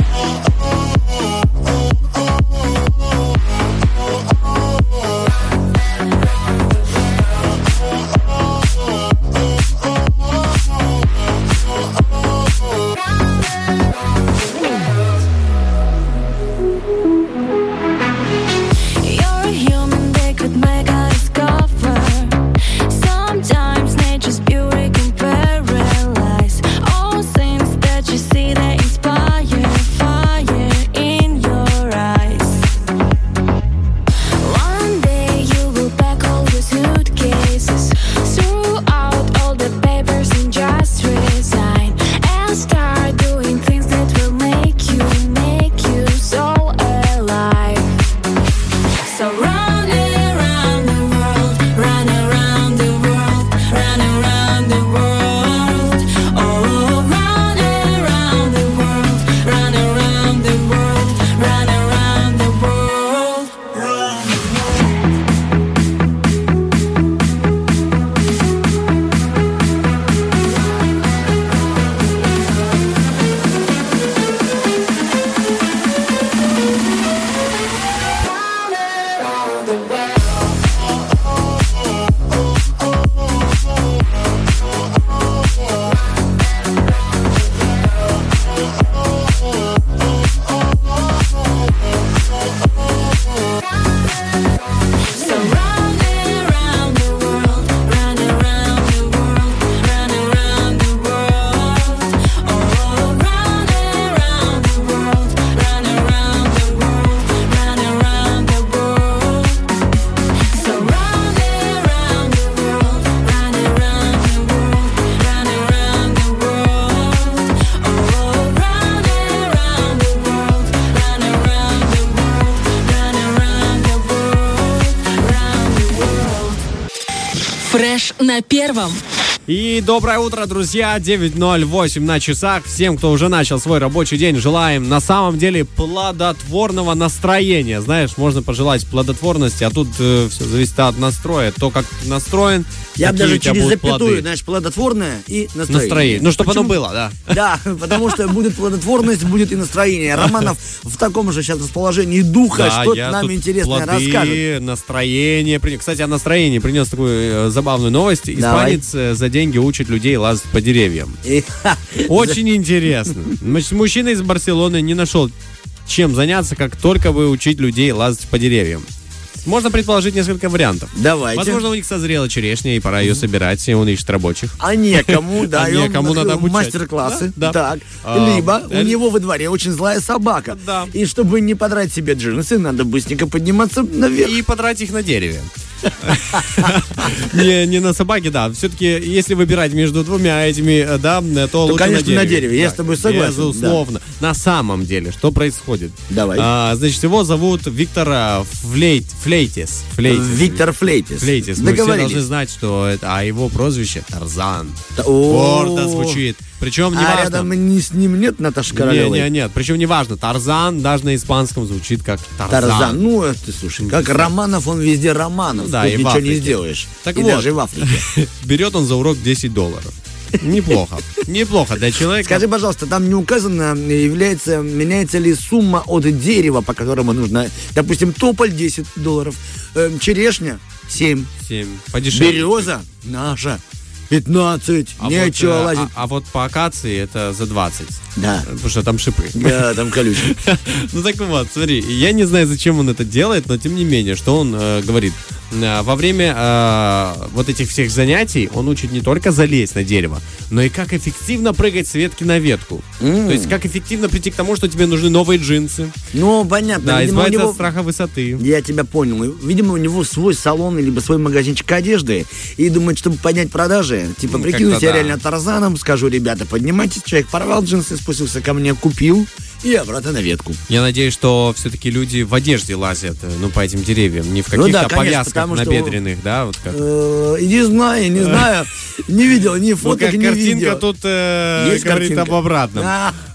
You're a human, they could make a discover. Sometimes nature's beauty can paralyze. All things that you see, they inspire fire in your eyes. One day you will pack all your suitcases, throw out all the papers and just resign, and start doing things that will make you so alive. So run around the world, run around the world, run around the world. Oh, run around the world, run around the world, run around the world, run the world. So run around the world, run around the world, run around the world. Oh, run around the world, run around the world, run around the world. So run around the world, run around the world, run around the world. Oh, run around the world, run around the world, run around the world, round the world. Фреш на первом. И доброе утро, друзья. 9:08 на часах. Всем, кто уже начал свой рабочий день, желаем на самом деле плодотворного настроения. Знаешь, можно пожелать плодотворности, а тут все зависит от настроя. То, как ты настроен, Я бы такие даже у тебя через будут запятую, плоды. знаешь, плодотворное и настроение. Настроение. Ну, чтобы оно Почему? было, да. Да, потому что будет плодотворность, будет и настроение. Романов в таком же сейчас расположении духа, Да, что я нам тут интересное плоды, расскажет. настроение. Кстати, о настроении принес такую забавную новость. Давай. Испанец за деньги учит людей лазать по деревьям. И- Очень интересно. Мужчина из Барселоны не нашел, чем заняться, как только бы учить людей лазать по деревьям. Можно предположить несколько вариантов. Давайте. Возможно, у них созрела черешня, и пора ее собирать, и он ищет рабочих. А некому, да, А и он некому надо обучать. мастер-классы. Да, да. Так. А, Либо у него во дворе очень злая собака. Да. И чтобы не подрать себе джинсы, надо быстренько подниматься наверх. И подрать их на дереве. Не на собаке, да. Все-таки, если выбирать между двумя этими, да, то лучше конечно, на дереве. Я Да, с тобой согласен, Безусловно. На самом деле, что происходит? Давай. Значит, его зовут Виктор Флейтис. Виктор Флейтис. Флейтис. Мы все Договорились. должны знать, что это, а его прозвище Тарзан. О. Гордо звучит. Причем не А важно. рядом с ним нет Наташи Королевой? Нет. Причем не важно. Тарзан даже на испанском звучит как Тарзан. Тарзан. Ну, это, слушай, как Романов, он везде Романов. Да, Тут и в ничего не Африке. сделаешь. Так и вот. даже в Африке. Берет он за урок $10. Неплохо. Неплохо для человека. Скажи, пожалуйста, там не указано, меняется ли сумма от дерева, по которому нужно, допустим, тополь $10, черешня 7, 7. Подешевле. береза наша 15, нечего лазить. А вот по акации это за 20. Да. Потому что там шипы. Да, там колючие. Ну так вот, смотри, я не знаю, зачем он это делает, но тем не менее, что он говорит. Во время вот этих всех занятий он учит не только залезть на дерево, но и как эффективно прыгать с ветки на ветку. То есть как эффективно прийти к тому, что тебе нужны новые джинсы. Ну, понятно. Да, Видимо, у избавиться него... от страха высоты. Я тебя понял. Видимо, у него свой салон, либо свой магазинчик одежды. И думает, чтобы поднять продажи, типа, Ну, прикину как-то себя да. реально Тарзаном, скажу, ребята, поднимайтесь. Человек порвал джинсы, спустился ко мне, купил и обратно на ветку. Я надеюсь, что все-таки люди в одежде лазят, ну, по этим деревьям, не в Ну каких-то да, конечно, повязках потому что- набедренных, да, вот как. Не знаю. Не видел ни Ну, фоток, как ни картинка видео. тут Есть говорит картинка? об обратном.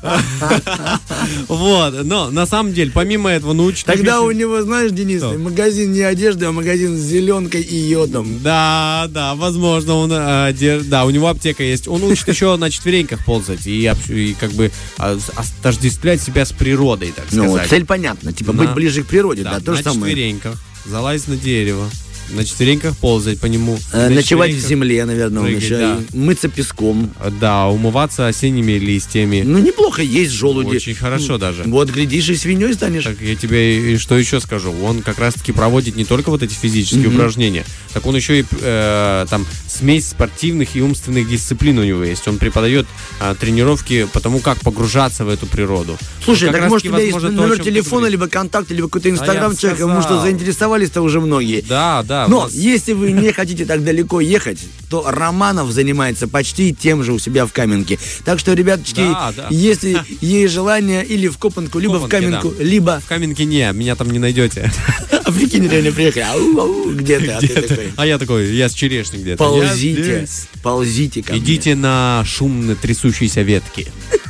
Вот, но на самом деле, помимо этого, научных Тогда у вещей- него, знаешь, Денис, Что? магазин не одежды, а магазин с зеленкой и йодом. Да, возможно, он, да, у него аптека есть. Он учит еще на четвереньках ползать и как бы отождествлять себя с природой, так Ну, сказать. цель понятна, типа На- быть ближе к природе, да, то на же самое. четвереньках, залазить на дерево, на четвереньках ползать по нему. на Ночевать в четвереньках земле, наверное, он прыгать, еще. да. И мыться песком. Да, умываться осенними листьями. Ну, неплохо есть желуди. Очень хорошо даже. Вот, глядишь, и свиньей станешь. Так я тебе и что еще скажу? Он как раз-таки проводит не только вот эти физические упражнения, так он еще и там смесь спортивных и умственных дисциплин у него есть. Он преподает тренировки по тому, как погружаться в эту природу. Слушай, Вот как так может у раз-таки, тебя есть возможно, то, о номер чем ты телефона, говоришь. либо контакт, либо какой-то инстаграм я человека, потому что сказал. заинтересовались-то уже многие. Да. у Но нас- если вы не хотите так далеко ехать, то Романов занимается почти тем же у себя в Каменке. Так что, ребяточки, Да. если есть желание или в Копанку, либо в Копанке, Каменку, да. либо... В Каменке не, меня там не найдете. А прикинь, реально приехали. Ау, где ты? А ты такой. А я такой, я с черешни где-то. Ползите, Я здесь. ползите ко мне. Идите на шумно трясущиеся ветки.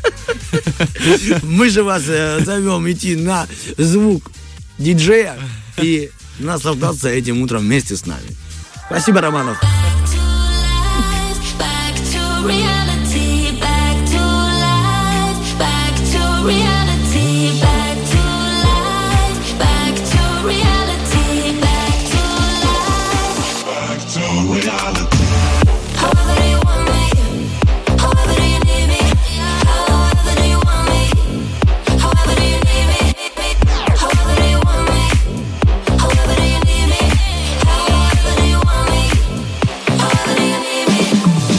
Мы же вас зовем идти на звук диджея и наслаждаться этим утром вместе с нами. Спасибо, Романов. Back to reality, back to life, back to reality, back to life, back to reality, back to life, back to reality. However do you want me? However do you need me? However do you want me? However do you need me? However do you want me? However do you need me? However do you want me? However do you need me?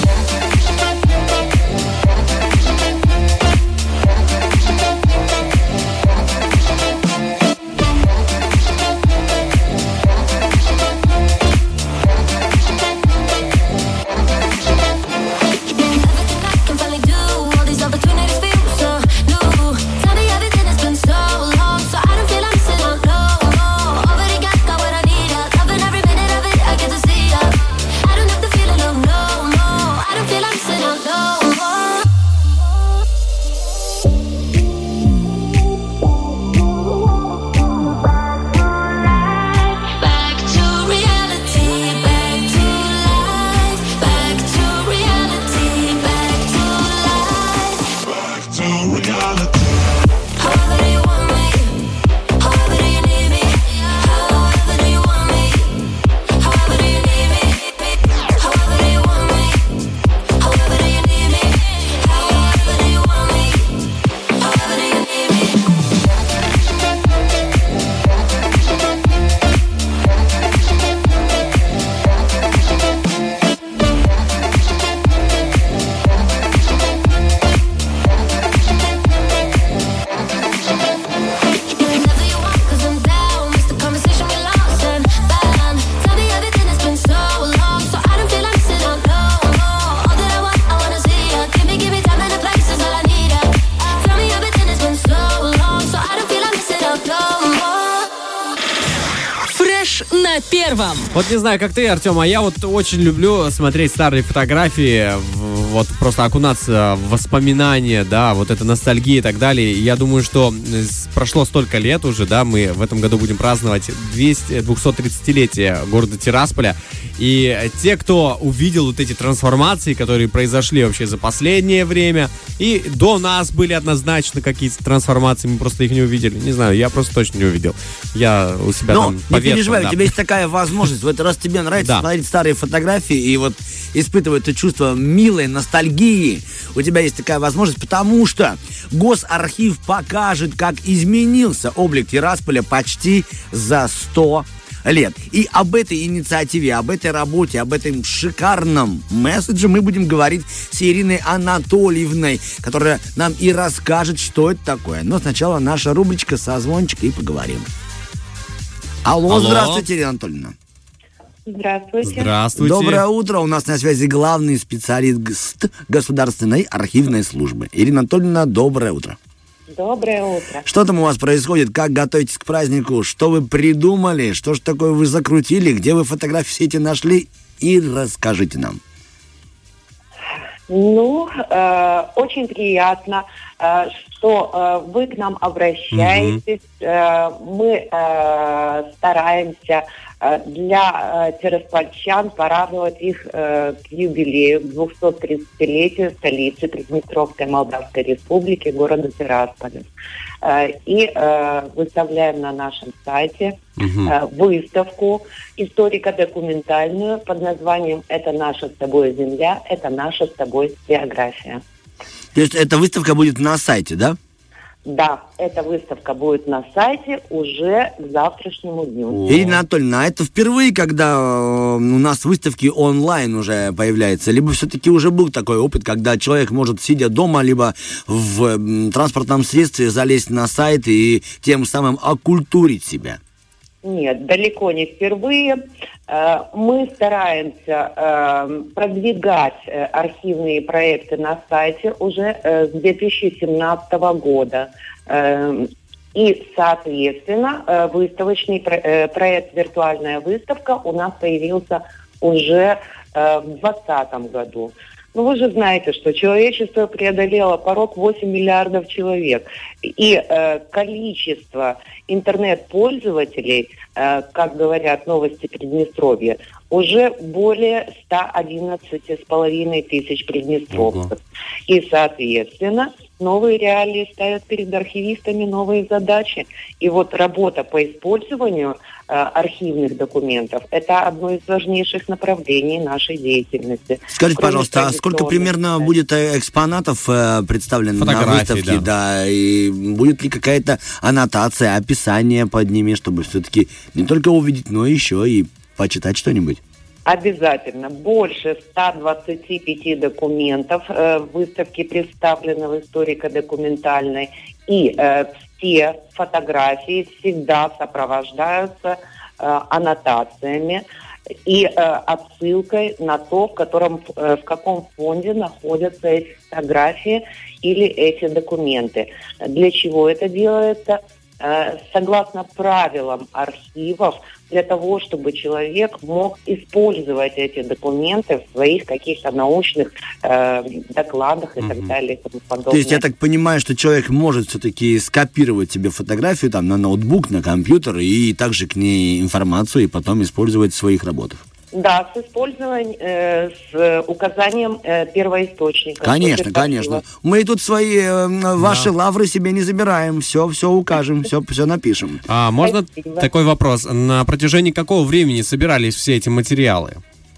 Everything I can finally do, all these opportunities feel so new. Tell me everything has been so long, so I don't feel I'm missing out no more. Already got what I need, loving every minute of it. I get to see ya. I don't have to feel alone no more. I don't feel I'm missing out no more. Back to reality, back to life, back to reality, back to life, back to reality. However do you want me? However do you need me? However do you want me? However do you need me? However do you want me? However do you need me? However do you want me? However do you need me? Whenever you want, 'cause I'm down. Miss the conversation we lost and found. Tell me everything has been so long, so I don't feel I'm missing out no more. All that I wanna see ya. Give me time and the place is all I need ya. Tell me everything has been so long, so I don't feel I'm missing out no more. Фреш на первом. Вот не знаю, как ты, Артем, а я вот очень люблю смотреть старые фотографии, вот просто окунаться в воспоминания, да, вот эта ностальгия и так далее. Я думаю, что прошло столько лет уже, да, мы в этом году будем праздновать 230-летие города Тирасполя. И те, кто увидел вот эти трансформации, которые произошли вообще за последнее время, и до нас были однозначно какие-то трансформации, мы просто их не увидели. Не знаю, я просто точно не увидел. Я у себя Но там не по веткам, переживай, да. у тебя есть такая возможность. Вот раз тебе нравится Да. смотреть старые фотографии и вот испытывать это чувство милой ностальгии, у тебя есть такая возможность, потому что Госархив покажет, как изменился облик Тирасполя почти за 100 лет. И об этой инициативе, об этой работе, об этом шикарном месседже мы будем говорить с Ириной Анатольевной, которая нам и расскажет, что это такое. Но сначала наша рубричка «Созвончик» и поговорим. Алло, здравствуйте, Ирина Анатольевна. Здравствуйте. Здравствуйте. Доброе утро. У нас на связи главный специалист Государственной архивной службы. Ирина Анатольевна, доброе утро. Доброе утро. Что там у вас происходит? Как готовитесь к празднику? Что вы придумали? Что ж такое вы закрутили? Где вы фотографии все эти нашли? И расскажите нам. Ну, очень приятно, что вы к нам обращаетесь. Мы стараемся для тираспольчан порадовать их к юбилею, к 230-летию столицы Приднестровской Молдавской Республики, города Тирасполя. И выставляем на нашем сайте выставку историко-документальную под названием «Это наша с тобой земля, это наша с тобой биография». То есть эта выставка будет на сайте, да? Да, эта выставка будет на сайте уже к завтрашнему дню. Ирина Анатольевна, а это впервые, когда у нас выставки онлайн уже появляются? Либо все-таки уже был такой опыт, когда человек может, сидя дома, либо в транспортном средстве, залезть на сайт и тем самым окультурить себя? Нет, далеко не впервые. Мы стараемся продвигать архивные проекты на сайте уже с 2017 года. И, соответственно, выставочный проект «Виртуальная выставка» у нас появился уже в 2020 году. Ну, вы же знаете, что человечество преодолело порог 8 миллиардов человек. И количество интернет-пользователей, как говорят новости Приднестровья, уже более 111,5 тысяч приднестровцев. И, соответственно, новые реалии ставят перед архивистами новые задачи. И вот работа по использованию архивных документов – это одно из важнейших направлений нашей деятельности. Скажите, пожалуйста, а сколько примерно будет экспонатов представлено на выставке? Да, и будет ли какая-то аннотация, описание под ними, чтобы все-таки не только увидеть, но еще и почитать что-нибудь? Обязательно. Больше 125 документов в выставке представлены в историко-документальной. И все фотографии всегда сопровождаются аннотациями и отсылкой на то, в каком фонде находятся эти фотографии или эти документы. Для чего это делается? Согласно правилам архивов, для того, чтобы человек мог использовать эти документы в своих каких-то научных докладах и так далее и тому подобное. То есть я так понимаю, что человек может все-таки скопировать себе фотографию там, на ноутбук, на компьютер и также к ней информацию и потом использовать в своих работах? Да, с использованием, с указанием первоисточника. Конечно, конечно. Мы тут свои ваши лавры себе не забираем. Все укажем, все напишем. А можно такой вопрос? На протяжении какого времени собирались все эти материалы?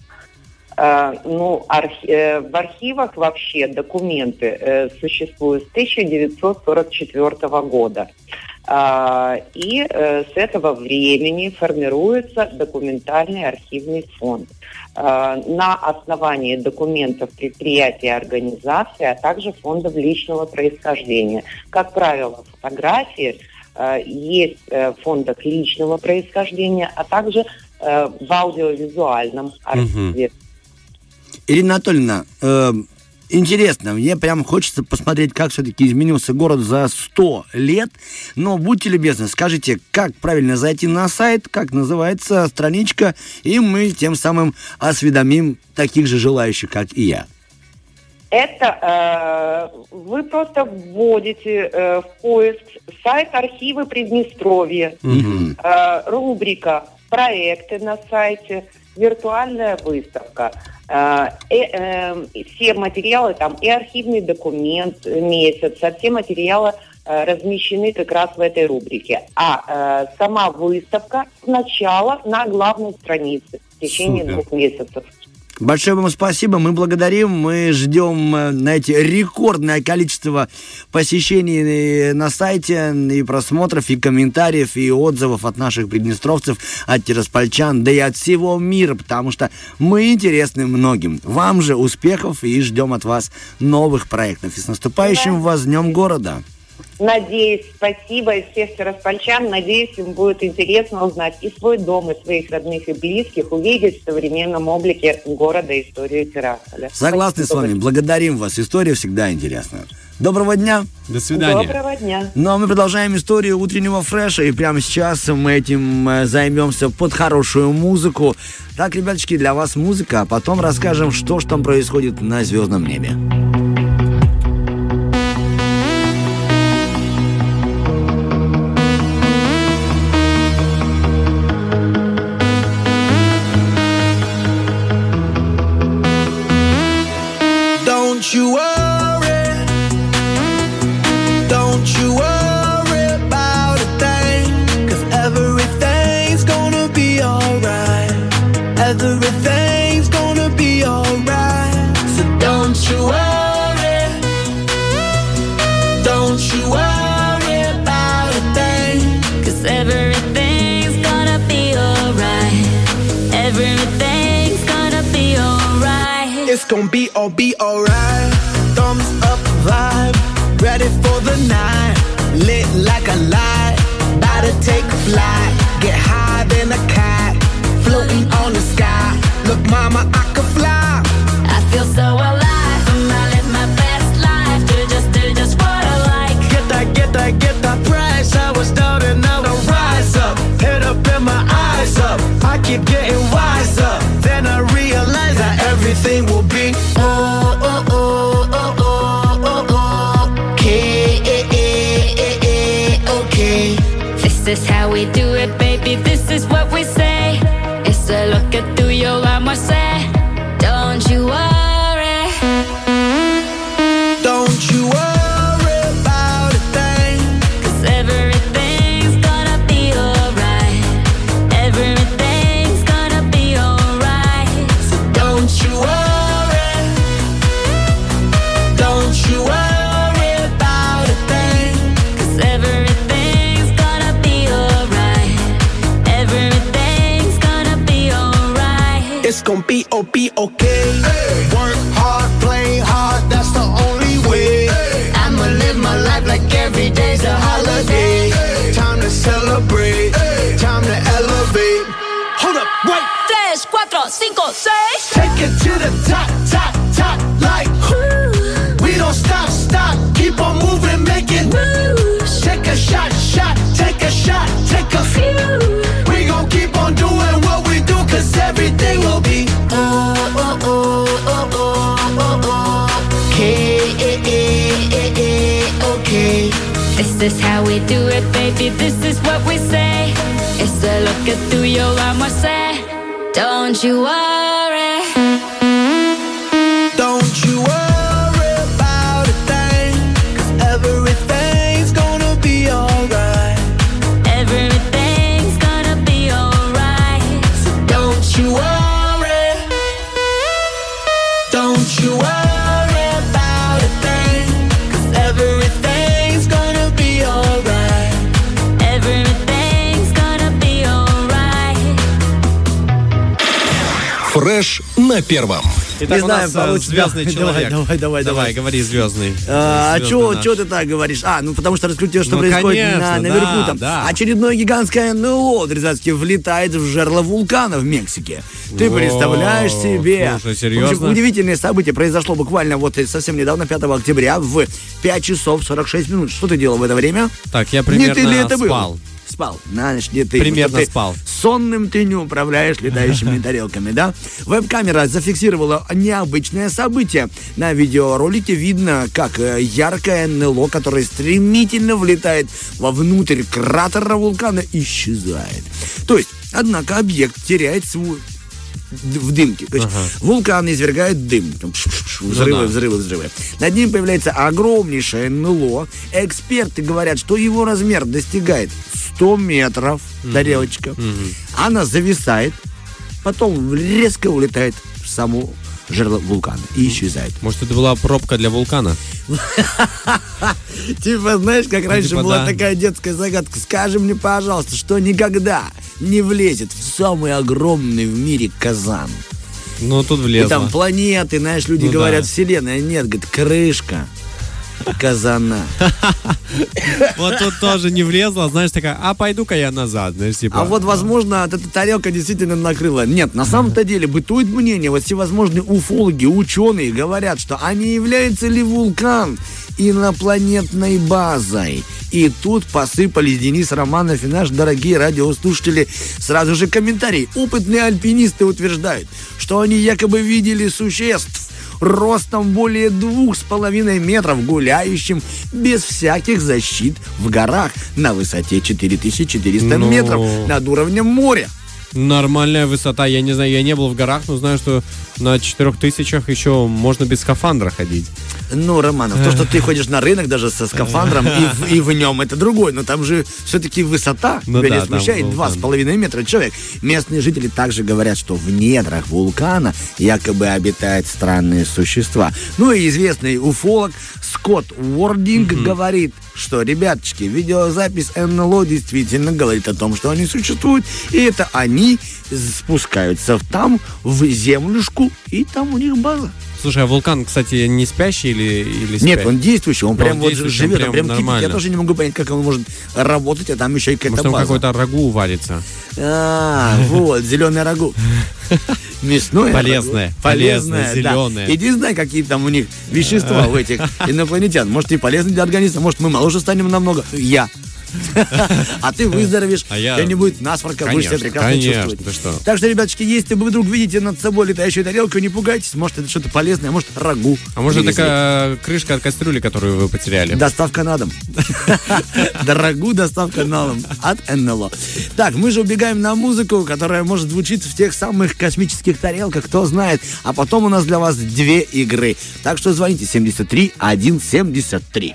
В архивах вообще документы существуют с 1944 года. И с этого времени формируется документальный архивный фонд. На основании документов предприятий и организаций, а также фондов личного происхождения. Как правило, фотографии есть в фондах личного происхождения, а также в аудиовизуальном архиве. Ирина Анатольевна, интересно, мне прям хочется посмотреть, как все-таки изменился город за 100 лет. Но будьте любезны, скажите, как правильно зайти на сайт, как называется страничка, и мы тем самым осведомим таких же желающих, как и я. Это вы просто вводите в поиск сайт архивы Приднестровья, рубрика «Проекты» на сайте, «Виртуальная выставка». Все материалы, там и архивный документ месяца, все материалы размещены как раз в этой рубрике. А сама выставка сначала на главной странице в течение 2 месяцев. Большое вам спасибо, мы благодарим, мы ждем, знаете, рекордное количество посещений на сайте, и просмотров, и комментариев, и отзывов от наших приднестровцев, от тираспольчан, да и от всего мира, потому что мы интересны многим. Вам же успехов и ждем от вас новых проектов. И с наступающим вас Днем города! Надеюсь, спасибо и всех тираспольчан. Надеюсь, им будет интересно узнать и свой дом, и своих родных и близких, увидеть в современном облике города историю Тирасполя. Согласны с вами. Благодарим вас. История всегда интересна. Доброго дня. До свидания. Доброго дня. Ну, а мы продолжаем историю утреннего фреша. И прямо сейчас мы этим займемся под хорошую музыку. Так, ребяточки, для вас музыка, а потом расскажем, что ж там происходит на звездном небе. It's gonna be alright. Thumbs up vibe, ready for the night. Lit like a light, about to take flight. Get higher than a cat, floating on the sky. Look, mama, I can fly. I feel so alive. I live my best life. Do just what I like. Get that price. I was down and now I rise up. Head up and my eyes up. I keep getting wiser. Then I realize that everything will be okay. This is how we do it, baby. This is what we say. It's a look at through your armor, say. Don't you worry. Don't you worry about a thing. 'Cause everything's gonna be alright. Everything's gonna be alright. So don't you worry. Don't you worry about a thing. 'Cause everything's gonna be alright. Everything's gonna be alright. It's gonna be okay. Work hard, play hard, that's the only way. I'ma live my life like every day's a holiday. Time to celebrate, time to elevate. Hold up, wait. 3, 4, 5, 6. Take it to the top, top, top, like we don't stop, keep on moving, making moves. Take a shot, take a shot, take a few. We gon' keep on doing what we do, 'cause everything will be okay. This is how we do it, baby. This is what we say. It's a look at through your armor, say. Don't you worry. Don't you worry about a thing, 'cause everything's gonna be alright. Everything's gonna be alright. So don't you worry. Don't you worry about a thing, 'cause everything's gonna be alright. Everything's gonna be alright. Фреш на первом. Итак, Не у знаю, нас получится. звездный человек. Давай. Говори, звездный. А Звездный чё наш. ты так говоришь? Ну потому что раскрутил, что Ну, происходит конечно, наверху да, там. да. Очередное гигантское НЛО, Дрезацкий, влетает в жерло вулкана в Мексике. Ты О, представляешь себе? слушай, В серьезно? общем, удивительное событие произошло буквально вот совсем недавно, 5 октября, в 5 часов 46 минут. Что ты делал в это время? Так, я Не ты ли примерно это был? спал. Спал. На ночь не ты. Примерно Потому что ты спал. Сонным ты не управляешь летающими тарелками, да? Веб-камера зафиксировала необычное событие. На видеоролике видно, как яркое НЛО, которое стремительно влетает вовнутрь кратера вулкана, исчезает. То есть, однако, объект теряет свой в дымке. То есть вулкан извергает дым. Там взрывы. Над ним появляется огромнейшее НЛО. Эксперты говорят, что его размер достигает 100 метров, тарелочка. Она зависает, потом резко улетает в саму жерло вулкана и исчезает. Может, это была пробка для вулкана? Типа, знаешь, как раньше Типа, была да. такая детская загадка. Скажи мне, пожалуйста, что никогда не влезет в самый огромный в мире казан. Ну, тут И влезло. там планеты, знаешь, люди Ну говорят, да. вселенная. Нет, говорит, крышка казана. Вот тут тоже не влезла, знаешь, такая, пойду-ка я назад, знаешь, типа. А вот, возможно, эта тарелка действительно накрыла. Нет, на самом-то деле бытует мнение, вот всевозможные уфологи, ученые говорят, что а не является ли вулкан инопланетной базой? И тут посыпались Денис Романов и наши дорогие радиослушатели сразу же комментарии. Опытные альпинисты утверждают, что они якобы видели существ ростом более 2,5 метров, гуляющим без всяких защит в горах на высоте 4400 Ну. метров над уровнем моря. Нормальная высота, я не знаю, я не был в горах, но знаю, что на 4000 еще можно без скафандра ходить. Ну, Романов, то, что ты ходишь на рынок даже со скафандром и в нем, это другой. Но там же все-таки высота Ну тебя да, не смущает, там 2,5 метра человек. Местные жители также говорят, что в недрах вулкана якобы обитают странные существа. Ну и известный уфолог Скотт Уординг говорит, что, ребяточки, видеозапись НЛО действительно говорит о том, что они существуют, и это они спускаются там, в землюшку, и там у них база. Слушай, а вулкан, кстати, не спящий или спящий? Нет, он действующий, он прям вот живет, он прям кипит. нормально. Я тоже не могу понять, как он может работать, а там еще и какая-то Может, там база. какой-то рагу варится. Вот, зеленое рагу. Мясное Полезное, рагу. полезное, да. зеленое. Иди знай, какие там у них вещества у этих инопланетян. Может, и полезны для организма, может, мы моложе станем намного. А ты выздоровеешь, не будет насморка, будешь себя прекрасно чувствовать. Ты что? Так что, ребяточки, если вы вдруг видите над собой летающую тарелку, не пугайтесь, может, это что-то полезное, а может, рагу. А может, это такая крышка от кастрюли, которую вы потеряли? Доставка на дом. Дорогу доставка на дом от НЛО. Так, мы же убегаем на музыку, которая может звучить в тех самых космических тарелках, кто знает. А потом у нас для вас 2 игры. Так что звоните 73 173.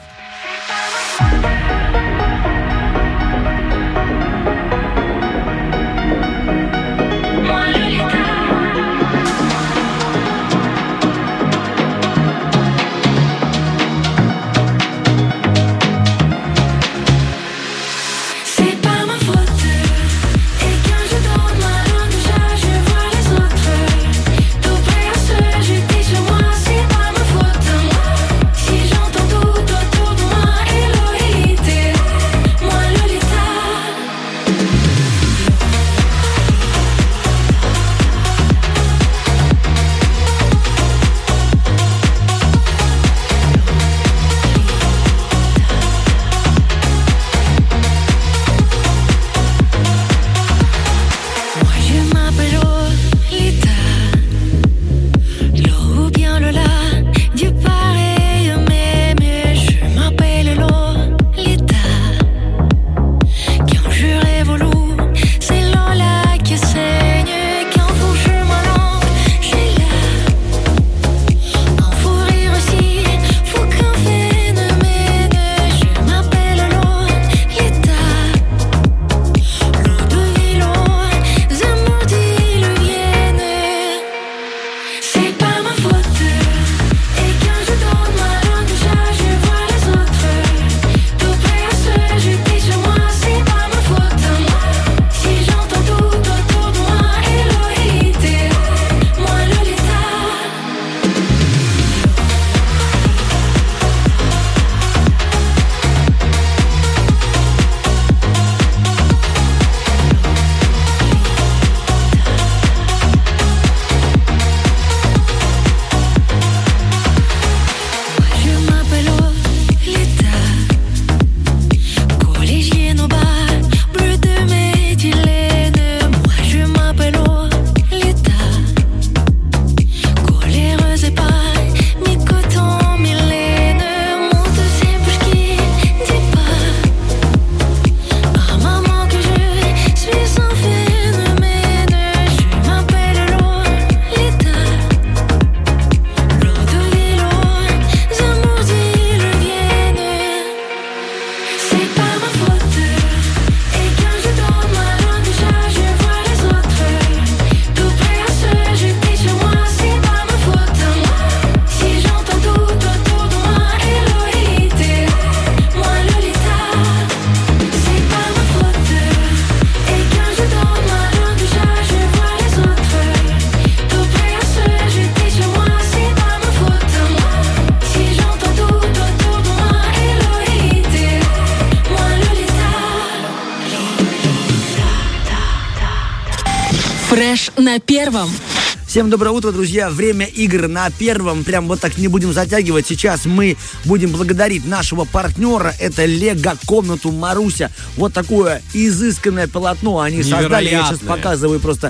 Фреш на первом. Всем доброе утро, друзья. Время игр на первом. Прям вот так не будем затягивать. Сейчас мы будем благодарить нашего партнера. Это Лего-комнату Маруся. Вот такое изысканное полотно они создали. Я сейчас показываю просто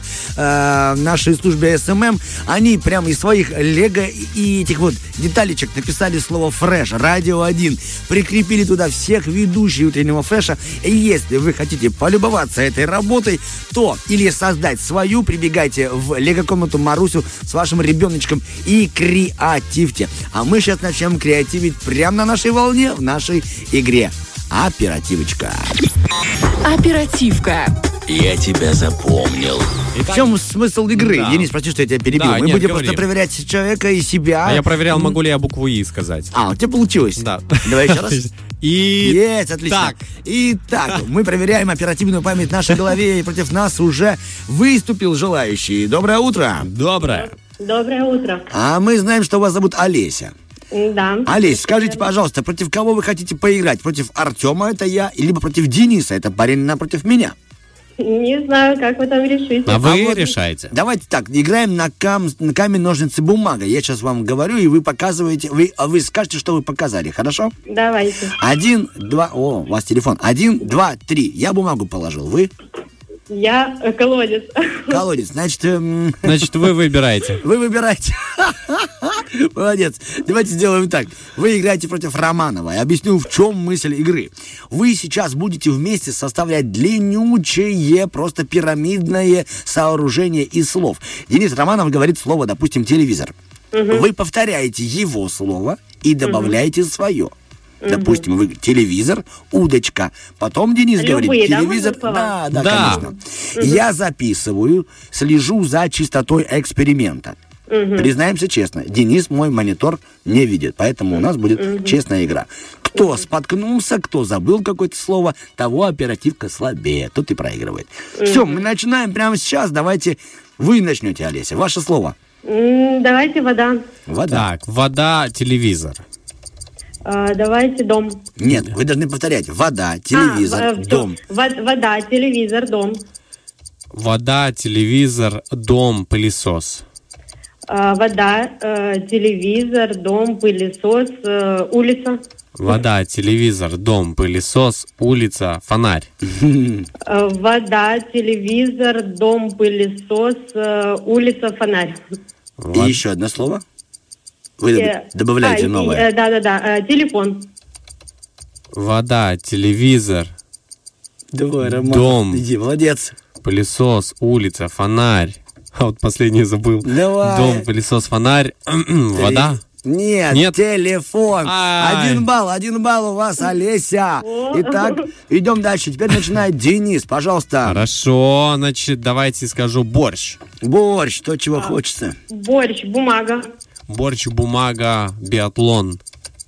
нашей службе СММ. Они прям из своих Лего и этих вот деталечек написали слово «Фреш», «Радио 1». Прикрепили туда всех ведущих утреннего Фреша. И если вы хотите полюбоваться этой работой, то или создать свою, прибегайте в Лего-комнату Марусю с вашим ребеночком и креативьте. А мы сейчас начнем креативить прямо на нашей волне, в нашей игре. Оперативочка. Оперативка. Я тебя запомнил. В чем смысл игры? Я не спросил, что я тебя перебил. Да, Мы нет, будем говори. просто проверять человека и себя. А я проверял, могу ли я букву «И» сказать. А, у тебя получилось? Да. Давай еще раз. Есть, отлично. Итак, мы проверяем оперативную память в нашей голове, и против нас уже выступил желающий. Доброе утро. Доброе. Доброе утро. А мы знаем, что вас зовут Олеся. Да. Олесь, скажите, пожалуйста, против кого вы хотите поиграть? Против Артема, это я, либо против Дениса, это парень напротив меня? Не знаю, как вы там решите. А вы решаете. Давайте так, играем на камень, ножницы, бумага. Я сейчас вам говорю, и вы показываете, вы скажете, что вы показали, хорошо? Давайте. 1, 2, у вас телефон. 1, 2, 3. Я бумагу положил, вы? Я колодец. Колодец, значит... Значит, вы выбираете. Вы выбираете. Молодец. Давайте сделаем так. Вы играете против Романова. Я объясню, в чем мысль игры. Вы сейчас будете вместе составлять длиннючее, просто пирамидное сооружение из слов. Денис Романов говорит слово, допустим, телевизор. Вы повторяете его слово и добавляете свое. Допустим, вы телевизор, удочка. Потом Денис говорит, телевизор. Да, конечно. Я записываю, слежу за чистотой эксперимента. Признаемся честно, Денис мой монитор не видит, поэтому у нас будет честная игра. Кто споткнулся, кто забыл какое-то слово, того оперативка слабее, тот и проигрывает. Все, мы начинаем прямо сейчас. Давайте вы начнете, Олеся. Ваше слово. Давайте вода. Вода. Так, вода, телевизор. Давайте дом. Нет, вы должны повторять. Вода, телевизор, дом. Вода, телевизор, дом. Вода, телевизор, дом, пылесос. Вода, телевизор, дом, пылесос, улица. Вода, телевизор, дом, пылесос, улица, фонарь. Вода, телевизор, дом, пылесос, улица, фонарь. И еще одно слово. Вы добавляете новое. Да, телефон. Вода, телевизор, Давай, Роман, дом, иди, молодец. пылесос, улица, фонарь. А вот последний забыл. Давай. Дом, пылесос, фонарь. Вода. Нет, телефон. 1 балл у вас, Олеся. Итак, идем дальше. Теперь начинает Денис, пожалуйста. Хорошо, значит, давайте скажу борщ. Борщ, то, чего хочется. Борщ, бумага. Борщ, бумага, биатлон.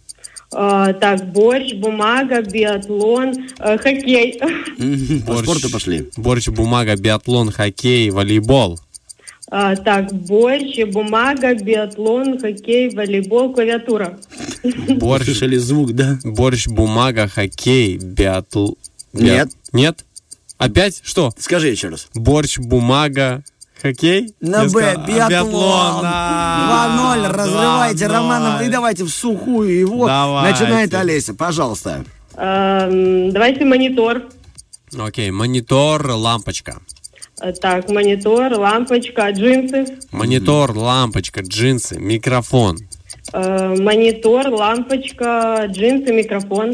Так, борщ, бумага, биатлон, хоккей. По спорту пошли. Борщ, бумага, биатлон, хоккей, волейбол. Так, борщ, бумага, биатлон, хоккей, волейбол, клавиатура. Борщ. Слышали звук, да? Борщ, бумага, хоккей, биатлон. Нет. Нет? Опять? Что? Скажи еще раз. Борщ, бумага, хоккей? На Б, биатлон. 2-0, разрывайте, Да, Романов. И давайте в сухую его. Давайте. Начинает Олеся, пожалуйста. Давайте монитор. Окей, монитор, лампочка. Так, монитор, лампочка, джинсы. Монитор, лампочка, джинсы, микрофон. Монитор, лампочка, джинсы, микрофон.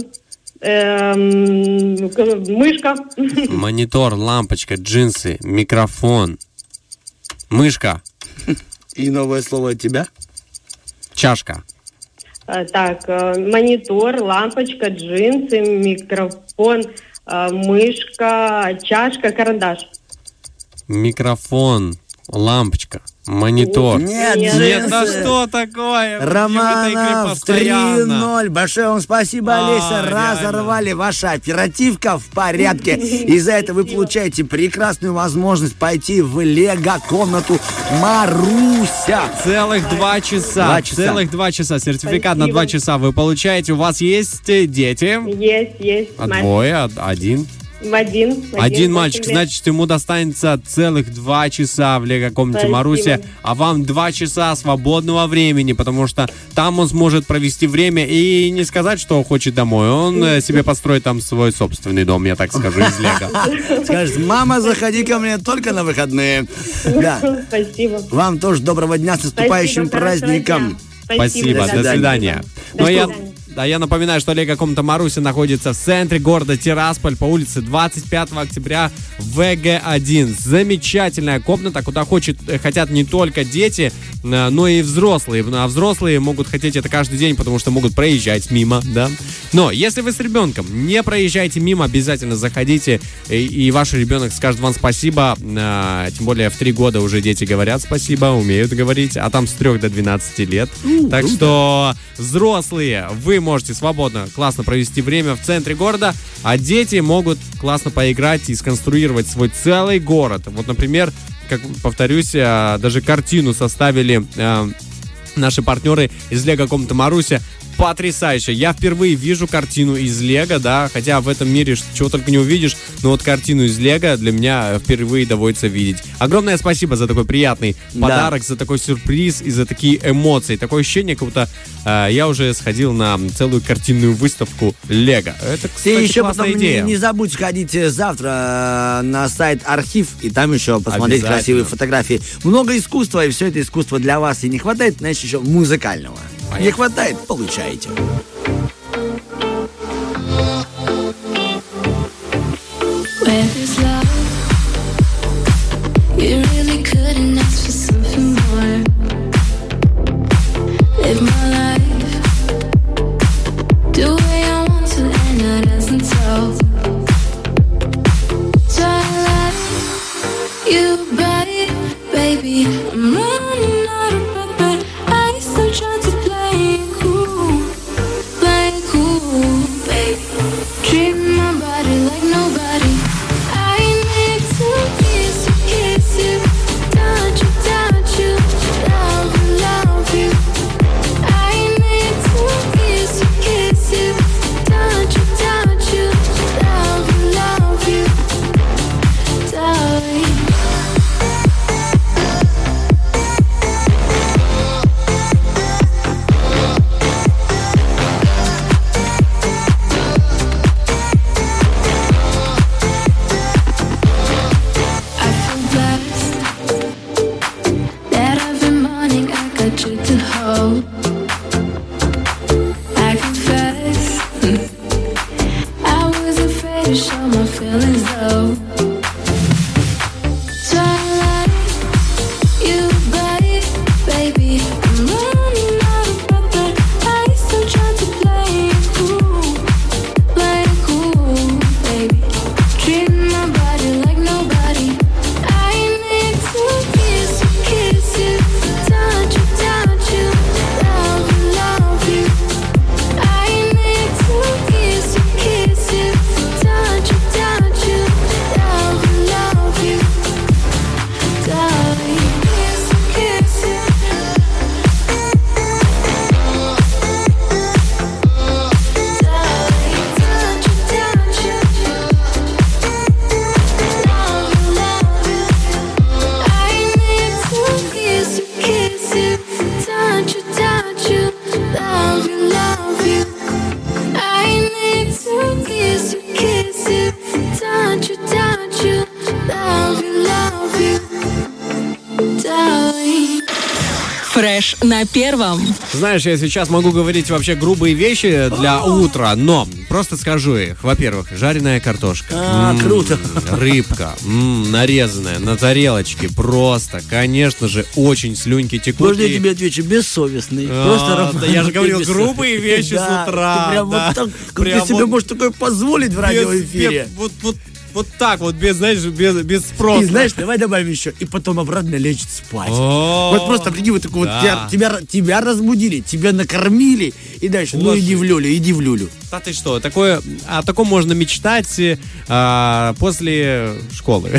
Мышка. Монитор, лампочка, джинсы, микрофон. Мышка. И новое слово от тебя? Чашка. Так, монитор, лампочка, джинсы, микрофон, мышка, чашка, карандаш. Микрофон, лампочка, монитор. Нет, да что такое? Романов, 3-0. Большое вам спасибо, Олеся. реально. Разорвали. Ваша оперативка в порядке. И за это вы получаете прекрасную возможность пойти в Лего-комнату Маруся. Целых 2 часа. 2 часа. Целых 2 часа. Сертификат Спасибо. на 2 часа вы получаете. У вас есть дети? Есть. Двое, один. Один мальчик, значит, ему достанется целых 2 часа в лего-комнате Спасибо. Маруся, а вам 2 часа свободного времени, потому что там он сможет провести время и не сказать, что хочет домой. Он себе построит там свой собственный дом, я так скажу, из лего. Скажет, мама, заходи ко мне только на выходные. Да. Спасибо. Вам тоже доброго дня с наступающим Спасибо, хорошего праздником. дня. Спасибо, до свидания. До Ну, свидания. я напоминаю, что лего-комната Маруся находится в центре города Тирасполь по улице 25 октября ВГ1. Замечательная комната, куда хотят не только дети, но и взрослые. А взрослые могут хотеть это каждый день, потому что могут проезжать мимо, да. Но если вы с ребенком, не проезжайте мимо, обязательно заходите, и ваш ребенок скажет вам спасибо. Тем более в 3 года уже дети говорят спасибо, умеют говорить, а там с 3 до 12 лет. Так что, взрослые, вы можете свободно, классно провести время в центре города, а дети могут классно поиграть и сконструировать свой целый город. Вот, например, как повторюсь, даже картину составили наши партнеры из Лего Комната Маруся. Потрясающе. Я впервые вижу картину из Лего, да, хотя в этом мире чего только не увидишь, но вот картину из Лего для меня впервые доводится видеть. Огромное спасибо за такой приятный подарок, за такой сюрприз и за такие эмоции. Такое ощущение, как будто я уже сходил на целую картинную выставку Лего. Это, кстати, ты еще классная потом идея. не забудь сходить завтра на сайт Архив, и там еще посмотреть красивые фотографии. Много искусства, и все это искусство для вас. И не хватает, значит, еще музыкального. Не хватает, получаете. Where is love? You really couldn't ask for something more. Live my life the way I want to, and not as untold. Twilight, you bite, baby. I'm running out of breath, but I still try to play it cool, baby. Treat my body like nobody. I need to kiss you, touch you, love you. I need to kiss you, touch you, love you, darling. I confess, I was afraid to show my feelings though. Twilight, you bite, baby. I'm running out of breath, but I still try to play it cool, baby. Treat my body like nobody. I need to kiss you, touch you, love you. I need to kiss you, touch you, love you, darling. Kiss you. Фреш на первом. Знаешь, я сейчас могу говорить вообще грубые вещи для утра, но просто скажу их. Во-первых, жареная картошка. Круто. Рыбка, нарезанная на тарелочке. Просто, конечно же, очень слюньки текут. Можно я тебе отвечу? Бессовестный. Просто да, я же говорил, грубые вещи с утра. Ты прям вот так, как ты себе можешь такое позволить в радиоэфире. Вот так вот, без спроса. И знаешь, давай добавим еще. И потом обратно лечь спать. Вот просто прикинь, вот такой вот тебя разбудили, тебя накормили, и дальше, ну иди в люлю. Да ты что, о таком можно мечтать после школы.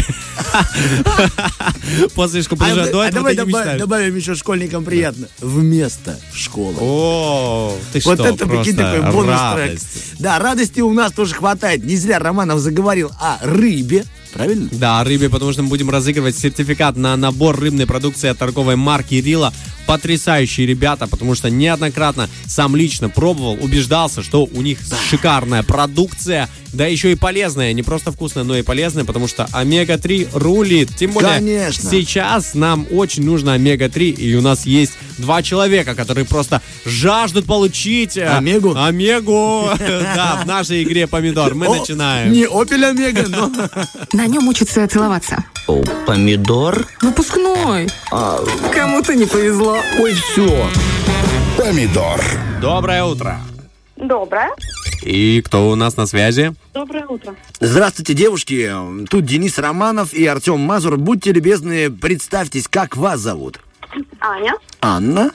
После школы. Давай добавим еще школьникам приятно. Вместо школы. О, ты что, вот это, прикинь, такой бонус-трек. радость. Да, радости у нас тоже хватает. Не зря Романов заговорил о рыбе. Правильно? Да, о рыбе, потому что мы будем разыгрывать сертификат на набор рыбной продукции от торговой марки Рила. Потрясающие ребята, потому что неоднократно сам лично пробовал, убеждался, что у них шикарная продукция, да еще и полезная, не просто вкусная, но и полезная, потому что омега-3 рулит. Тем более, конечно, сейчас нам очень нужно омега-3, и у нас есть 2 человека, которые просто жаждут получить омегу, да, в нашей игре «Помидор». Мы начинаем. Не Opel Омега, но... На нем учатся целоваться. Помидор? Выпускной. Кому-то не повезло. Ой, все. Помидор. Доброе утро. Доброе. И кто у нас на связи? Доброе утро. Здравствуйте, девушки. Тут Денис Романов и Артем Мазур. Будьте любезны, представьтесь, как вас зовут? Аня. Анна.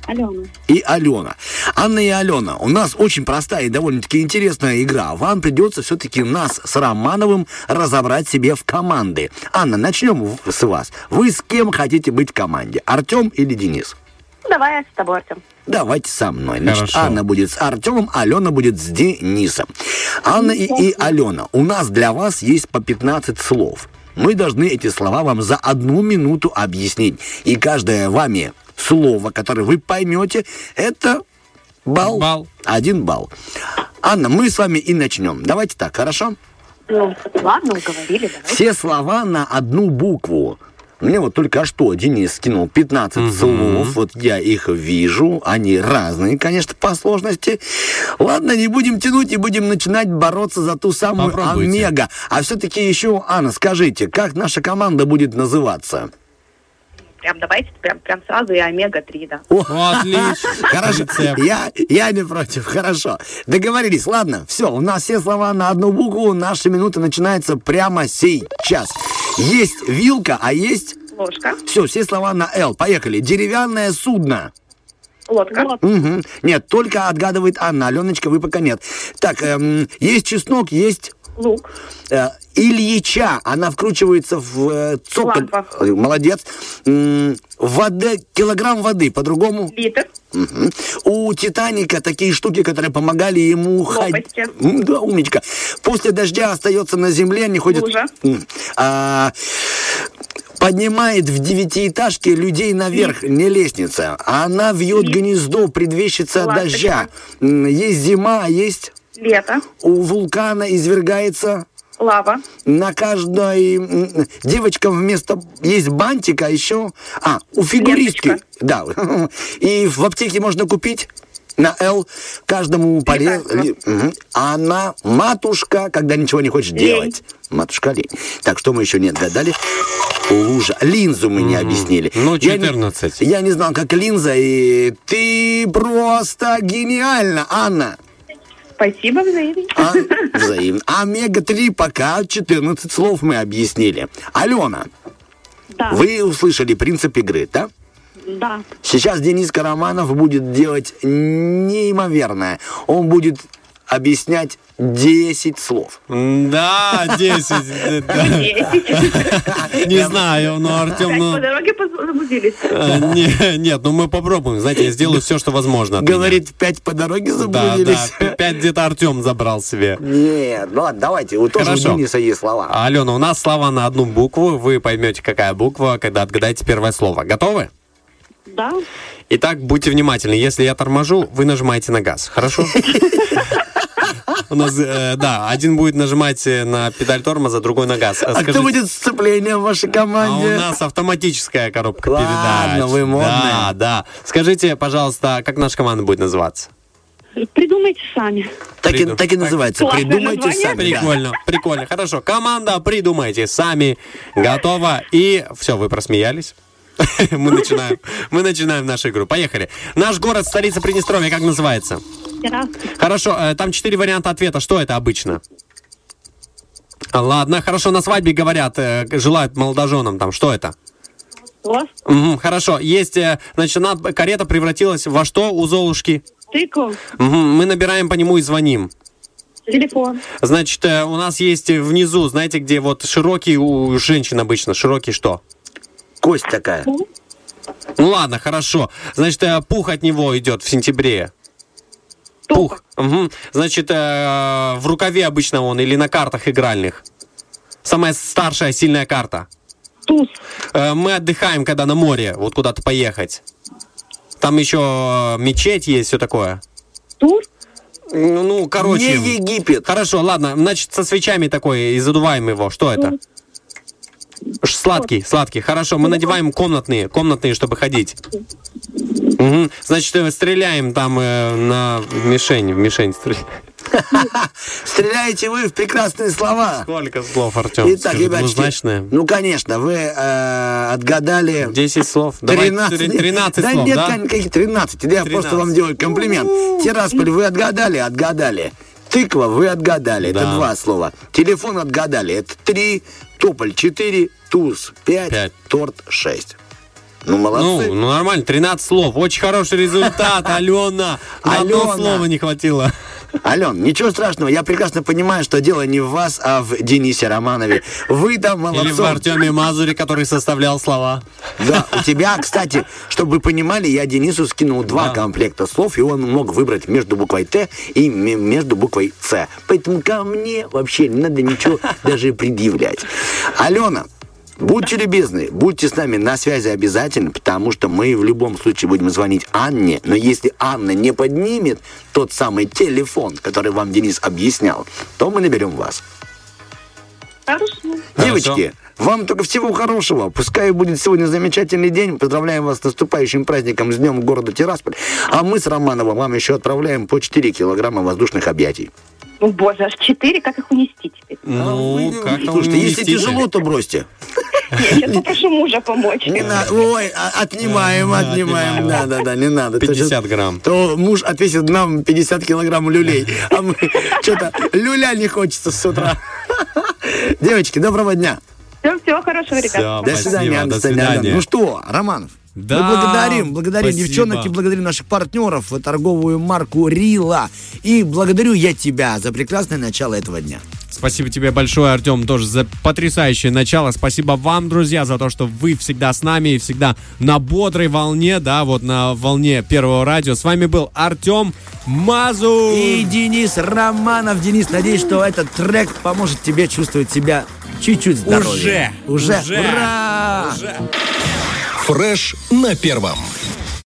Алена. И Алена. Анна и Алена, у нас очень простая и довольно-таки интересная игра. Вам придется все-таки нас с Романовым разобрать себе в команды. Анна, начнем с вас. Вы с кем хотите быть в команде? Артем или Денис? Давай с тобой, Артем. Давайте со мной. Значит, Хорошо. Анна будет с Артемом, Алена будет с Денисом. Анна и Алена, у нас для вас есть по 15 слов. Мы должны эти слова вам за 1 минуту объяснить. И каждое вами слово, которое вы поймете, это балл. 1 балл. Анна, мы с вами и начнем. Давайте так, хорошо? Ну, ладно, уговорили, давай. Все слова на 1 букву. Мне вот только что Денис скинул 15 слов, вот я их вижу, они разные, конечно, по сложности. Ладно, не будем тянуть и будем начинать бороться за ту самую Попробуйте. Омега. А все-таки еще, Анна, скажите, как наша команда будет называться? Прям давайте, прям сразу и омега-3, да. Отлично. Хорошо, я не против, хорошо. Договорились, ладно, все, у нас все слова на 1 букву, наша минута начинается прямо сейчас. Есть вилка, а есть... Ложка. Все слова на «Л», поехали. Деревянное судно. Лодка. Угу. Нет, только отгадывает Анна, Аленочка, вы пока нет. Так, есть чеснок, есть... Лук. Ильича, она вкручивается в цоколь. Лампа. Молодец. Вода, килограмм воды, по-другому. Литр. Угу. У Титаника такие штуки, которые помогали ему ходить. Лопасти. Да, умничка. После дождя остается на земле, не ходит. Лужа. Поднимает в 9-этажке людей наверх, не лестница. А она вьет гнездо, предвещица Ласточка. дождя. Есть зима, а есть... Лето. У вулкана извергается... Лава. На каждой девочкам вместо есть бантик, а еще... у фигуристки. Ленточка. Да. И в аптеке можно купить на «Л» каждому полезно. Она матушка, когда ничего не хочешь делать. Матушка лень. Так, что мы еще не отгадали? Лужа. Линзу мы не объяснили. Ну, 14. Я не знал, как линза, и ты просто гениальна, Анна. Спасибо, взаимно. Взаимно. Омега-3 пока 14 слов мы объяснили. Алена, Да. вы услышали принцип игры, да? Да. Сейчас Денис Караманов будет делать неимоверное. Он будет объяснять 10 слов. Да, 10. Не знаю, но Артем... По дороге заблудились. Нет, ну мы попробуем. Знаете, я сделаю все, что возможно. Говорит, 5 по дороге заблудились. Да, 5 где-то Артем забрал себе. Нет, ну ладно, давайте. Вот тоже у Хорошо. Дениса есть слова. Алена, у нас слова на 1 букву. Вы поймете, какая буква, когда отгадаете первое слово. Готовы? Да. Итак, будьте внимательны. Если я торможу, вы нажимаете на газ. Хорошо? У нас, да, один будет нажимать на педаль тормоза, другой на газ. А кто будет сцеплением в вашей команде? А у нас автоматическая коробка передач. Ладно, вы модные. Да. Скажите, пожалуйста, как наша команда будет называться? Придумайте сами. Так и называется. Классное Придумайте название. сами. Прикольно. Хорошо. Команда, придумайте сами. Готово. И все, вы просмеялись. Мы начинаем нашу игру. Поехали. Наш город, столица Приднестровья, как называется? Хорошо, там 4 варианта ответа. Что это обычно? Ладно, хорошо, на свадьбе говорят, желают молодоженам там. Что это? Хорошо, есть, значит, карета превратилась во что у Золушки? Тыкву. Мы набираем по нему и звоним. Телефон. Значит, у нас есть внизу, знаете, где вот широкий у женщин обычно, широкий что? Кость такая. Ну ладно, хорошо. Значит, пух от него идет в сентябре. Пух. Угу. Значит, в рукаве обычно он или на картах игральных. Самая старшая сильная карта. Туз. Мы отдыхаем, когда на море, вот куда-то поехать. Там еще мечеть есть, все такое. Тур? Ну, короче. Не Египет. Хорошо, ладно. Значит, со свечами такой и задуваем его. Что это? Сладкий. Хорошо, мы надеваем комнатные, чтобы ходить. Угу. Значит, стреляем там в мишень стреляем. Стреляете вы в прекрасные слова. Сколько слов, Артем? Итак, ребятки, ну, конечно, вы отгадали... 10 слов. 13 да слов, нет, да? каких 13. Я 13. просто вам делаю комплимент. Тирасполь вы отгадали. Тыква вы отгадали. Да. Это 2 слова. Телефон отгадали. Это 3. Тополь 4. Туз 5. Торт 6. Ну, молодцы. Ну, нормально, 13 слов. Очень хороший результат, Алена. На одно слово не хватило. Ален, ничего страшного, я прекрасно понимаю, что дело не в вас, а в Денисе Романове. Вы там молодцом. Или в Артеме Мазуре, который составлял слова. Да, у тебя, кстати, чтобы вы понимали, я Денису скинул 2 комплекта слов, и он мог выбрать между буквой Т и между буквой Ц. Поэтому ко мне вообще не надо ничего даже предъявлять. Алена, будьте любезны, будьте с нами на связи обязательно, потому что мы в любом случае будем звонить Анне, но если Анна не поднимет тот самый телефон, который вам Денис объяснял, то мы наберем вас. Хорошо. Девочки, вам только всего хорошего. Пускай будет сегодня замечательный день. Поздравляем вас с наступающим праздником, с днем города Тирасполь. А мы с Романовым вам еще отправляем по 4 килограмма воздушных объятий. О, боже, аж 4, как их унести теперь? Ну, как-то Слушайте, если тяжело, то бросьте. Я сейчас попрошу мужа помочь. Не надо. Ой, отнимаем. Да, не надо. 50 грамм. То муж отвесит нам 50 килограмм люлей. А мы что-то люля не хочется с утра. Девочки, доброго дня. Всего хорошего, ребят. До свидания. Ну что, Романов? Да, мы благодарим спасибо. девчонок и благодарим наших партнеров, торговую марку Рила. И благодарю я тебя за прекрасное начало этого дня. Спасибо тебе большое, Артем, тоже за потрясающее начало. Спасибо вам, друзья, за то, что вы всегда с нами и всегда на бодрой волне, да, вот на волне Первого радио. С вами был Артем Мазур и Денис Романов. Денис, надеюсь, что этот трек поможет тебе чувствовать себя чуть-чуть здоровее. Уже. Ура! Фреш на первом.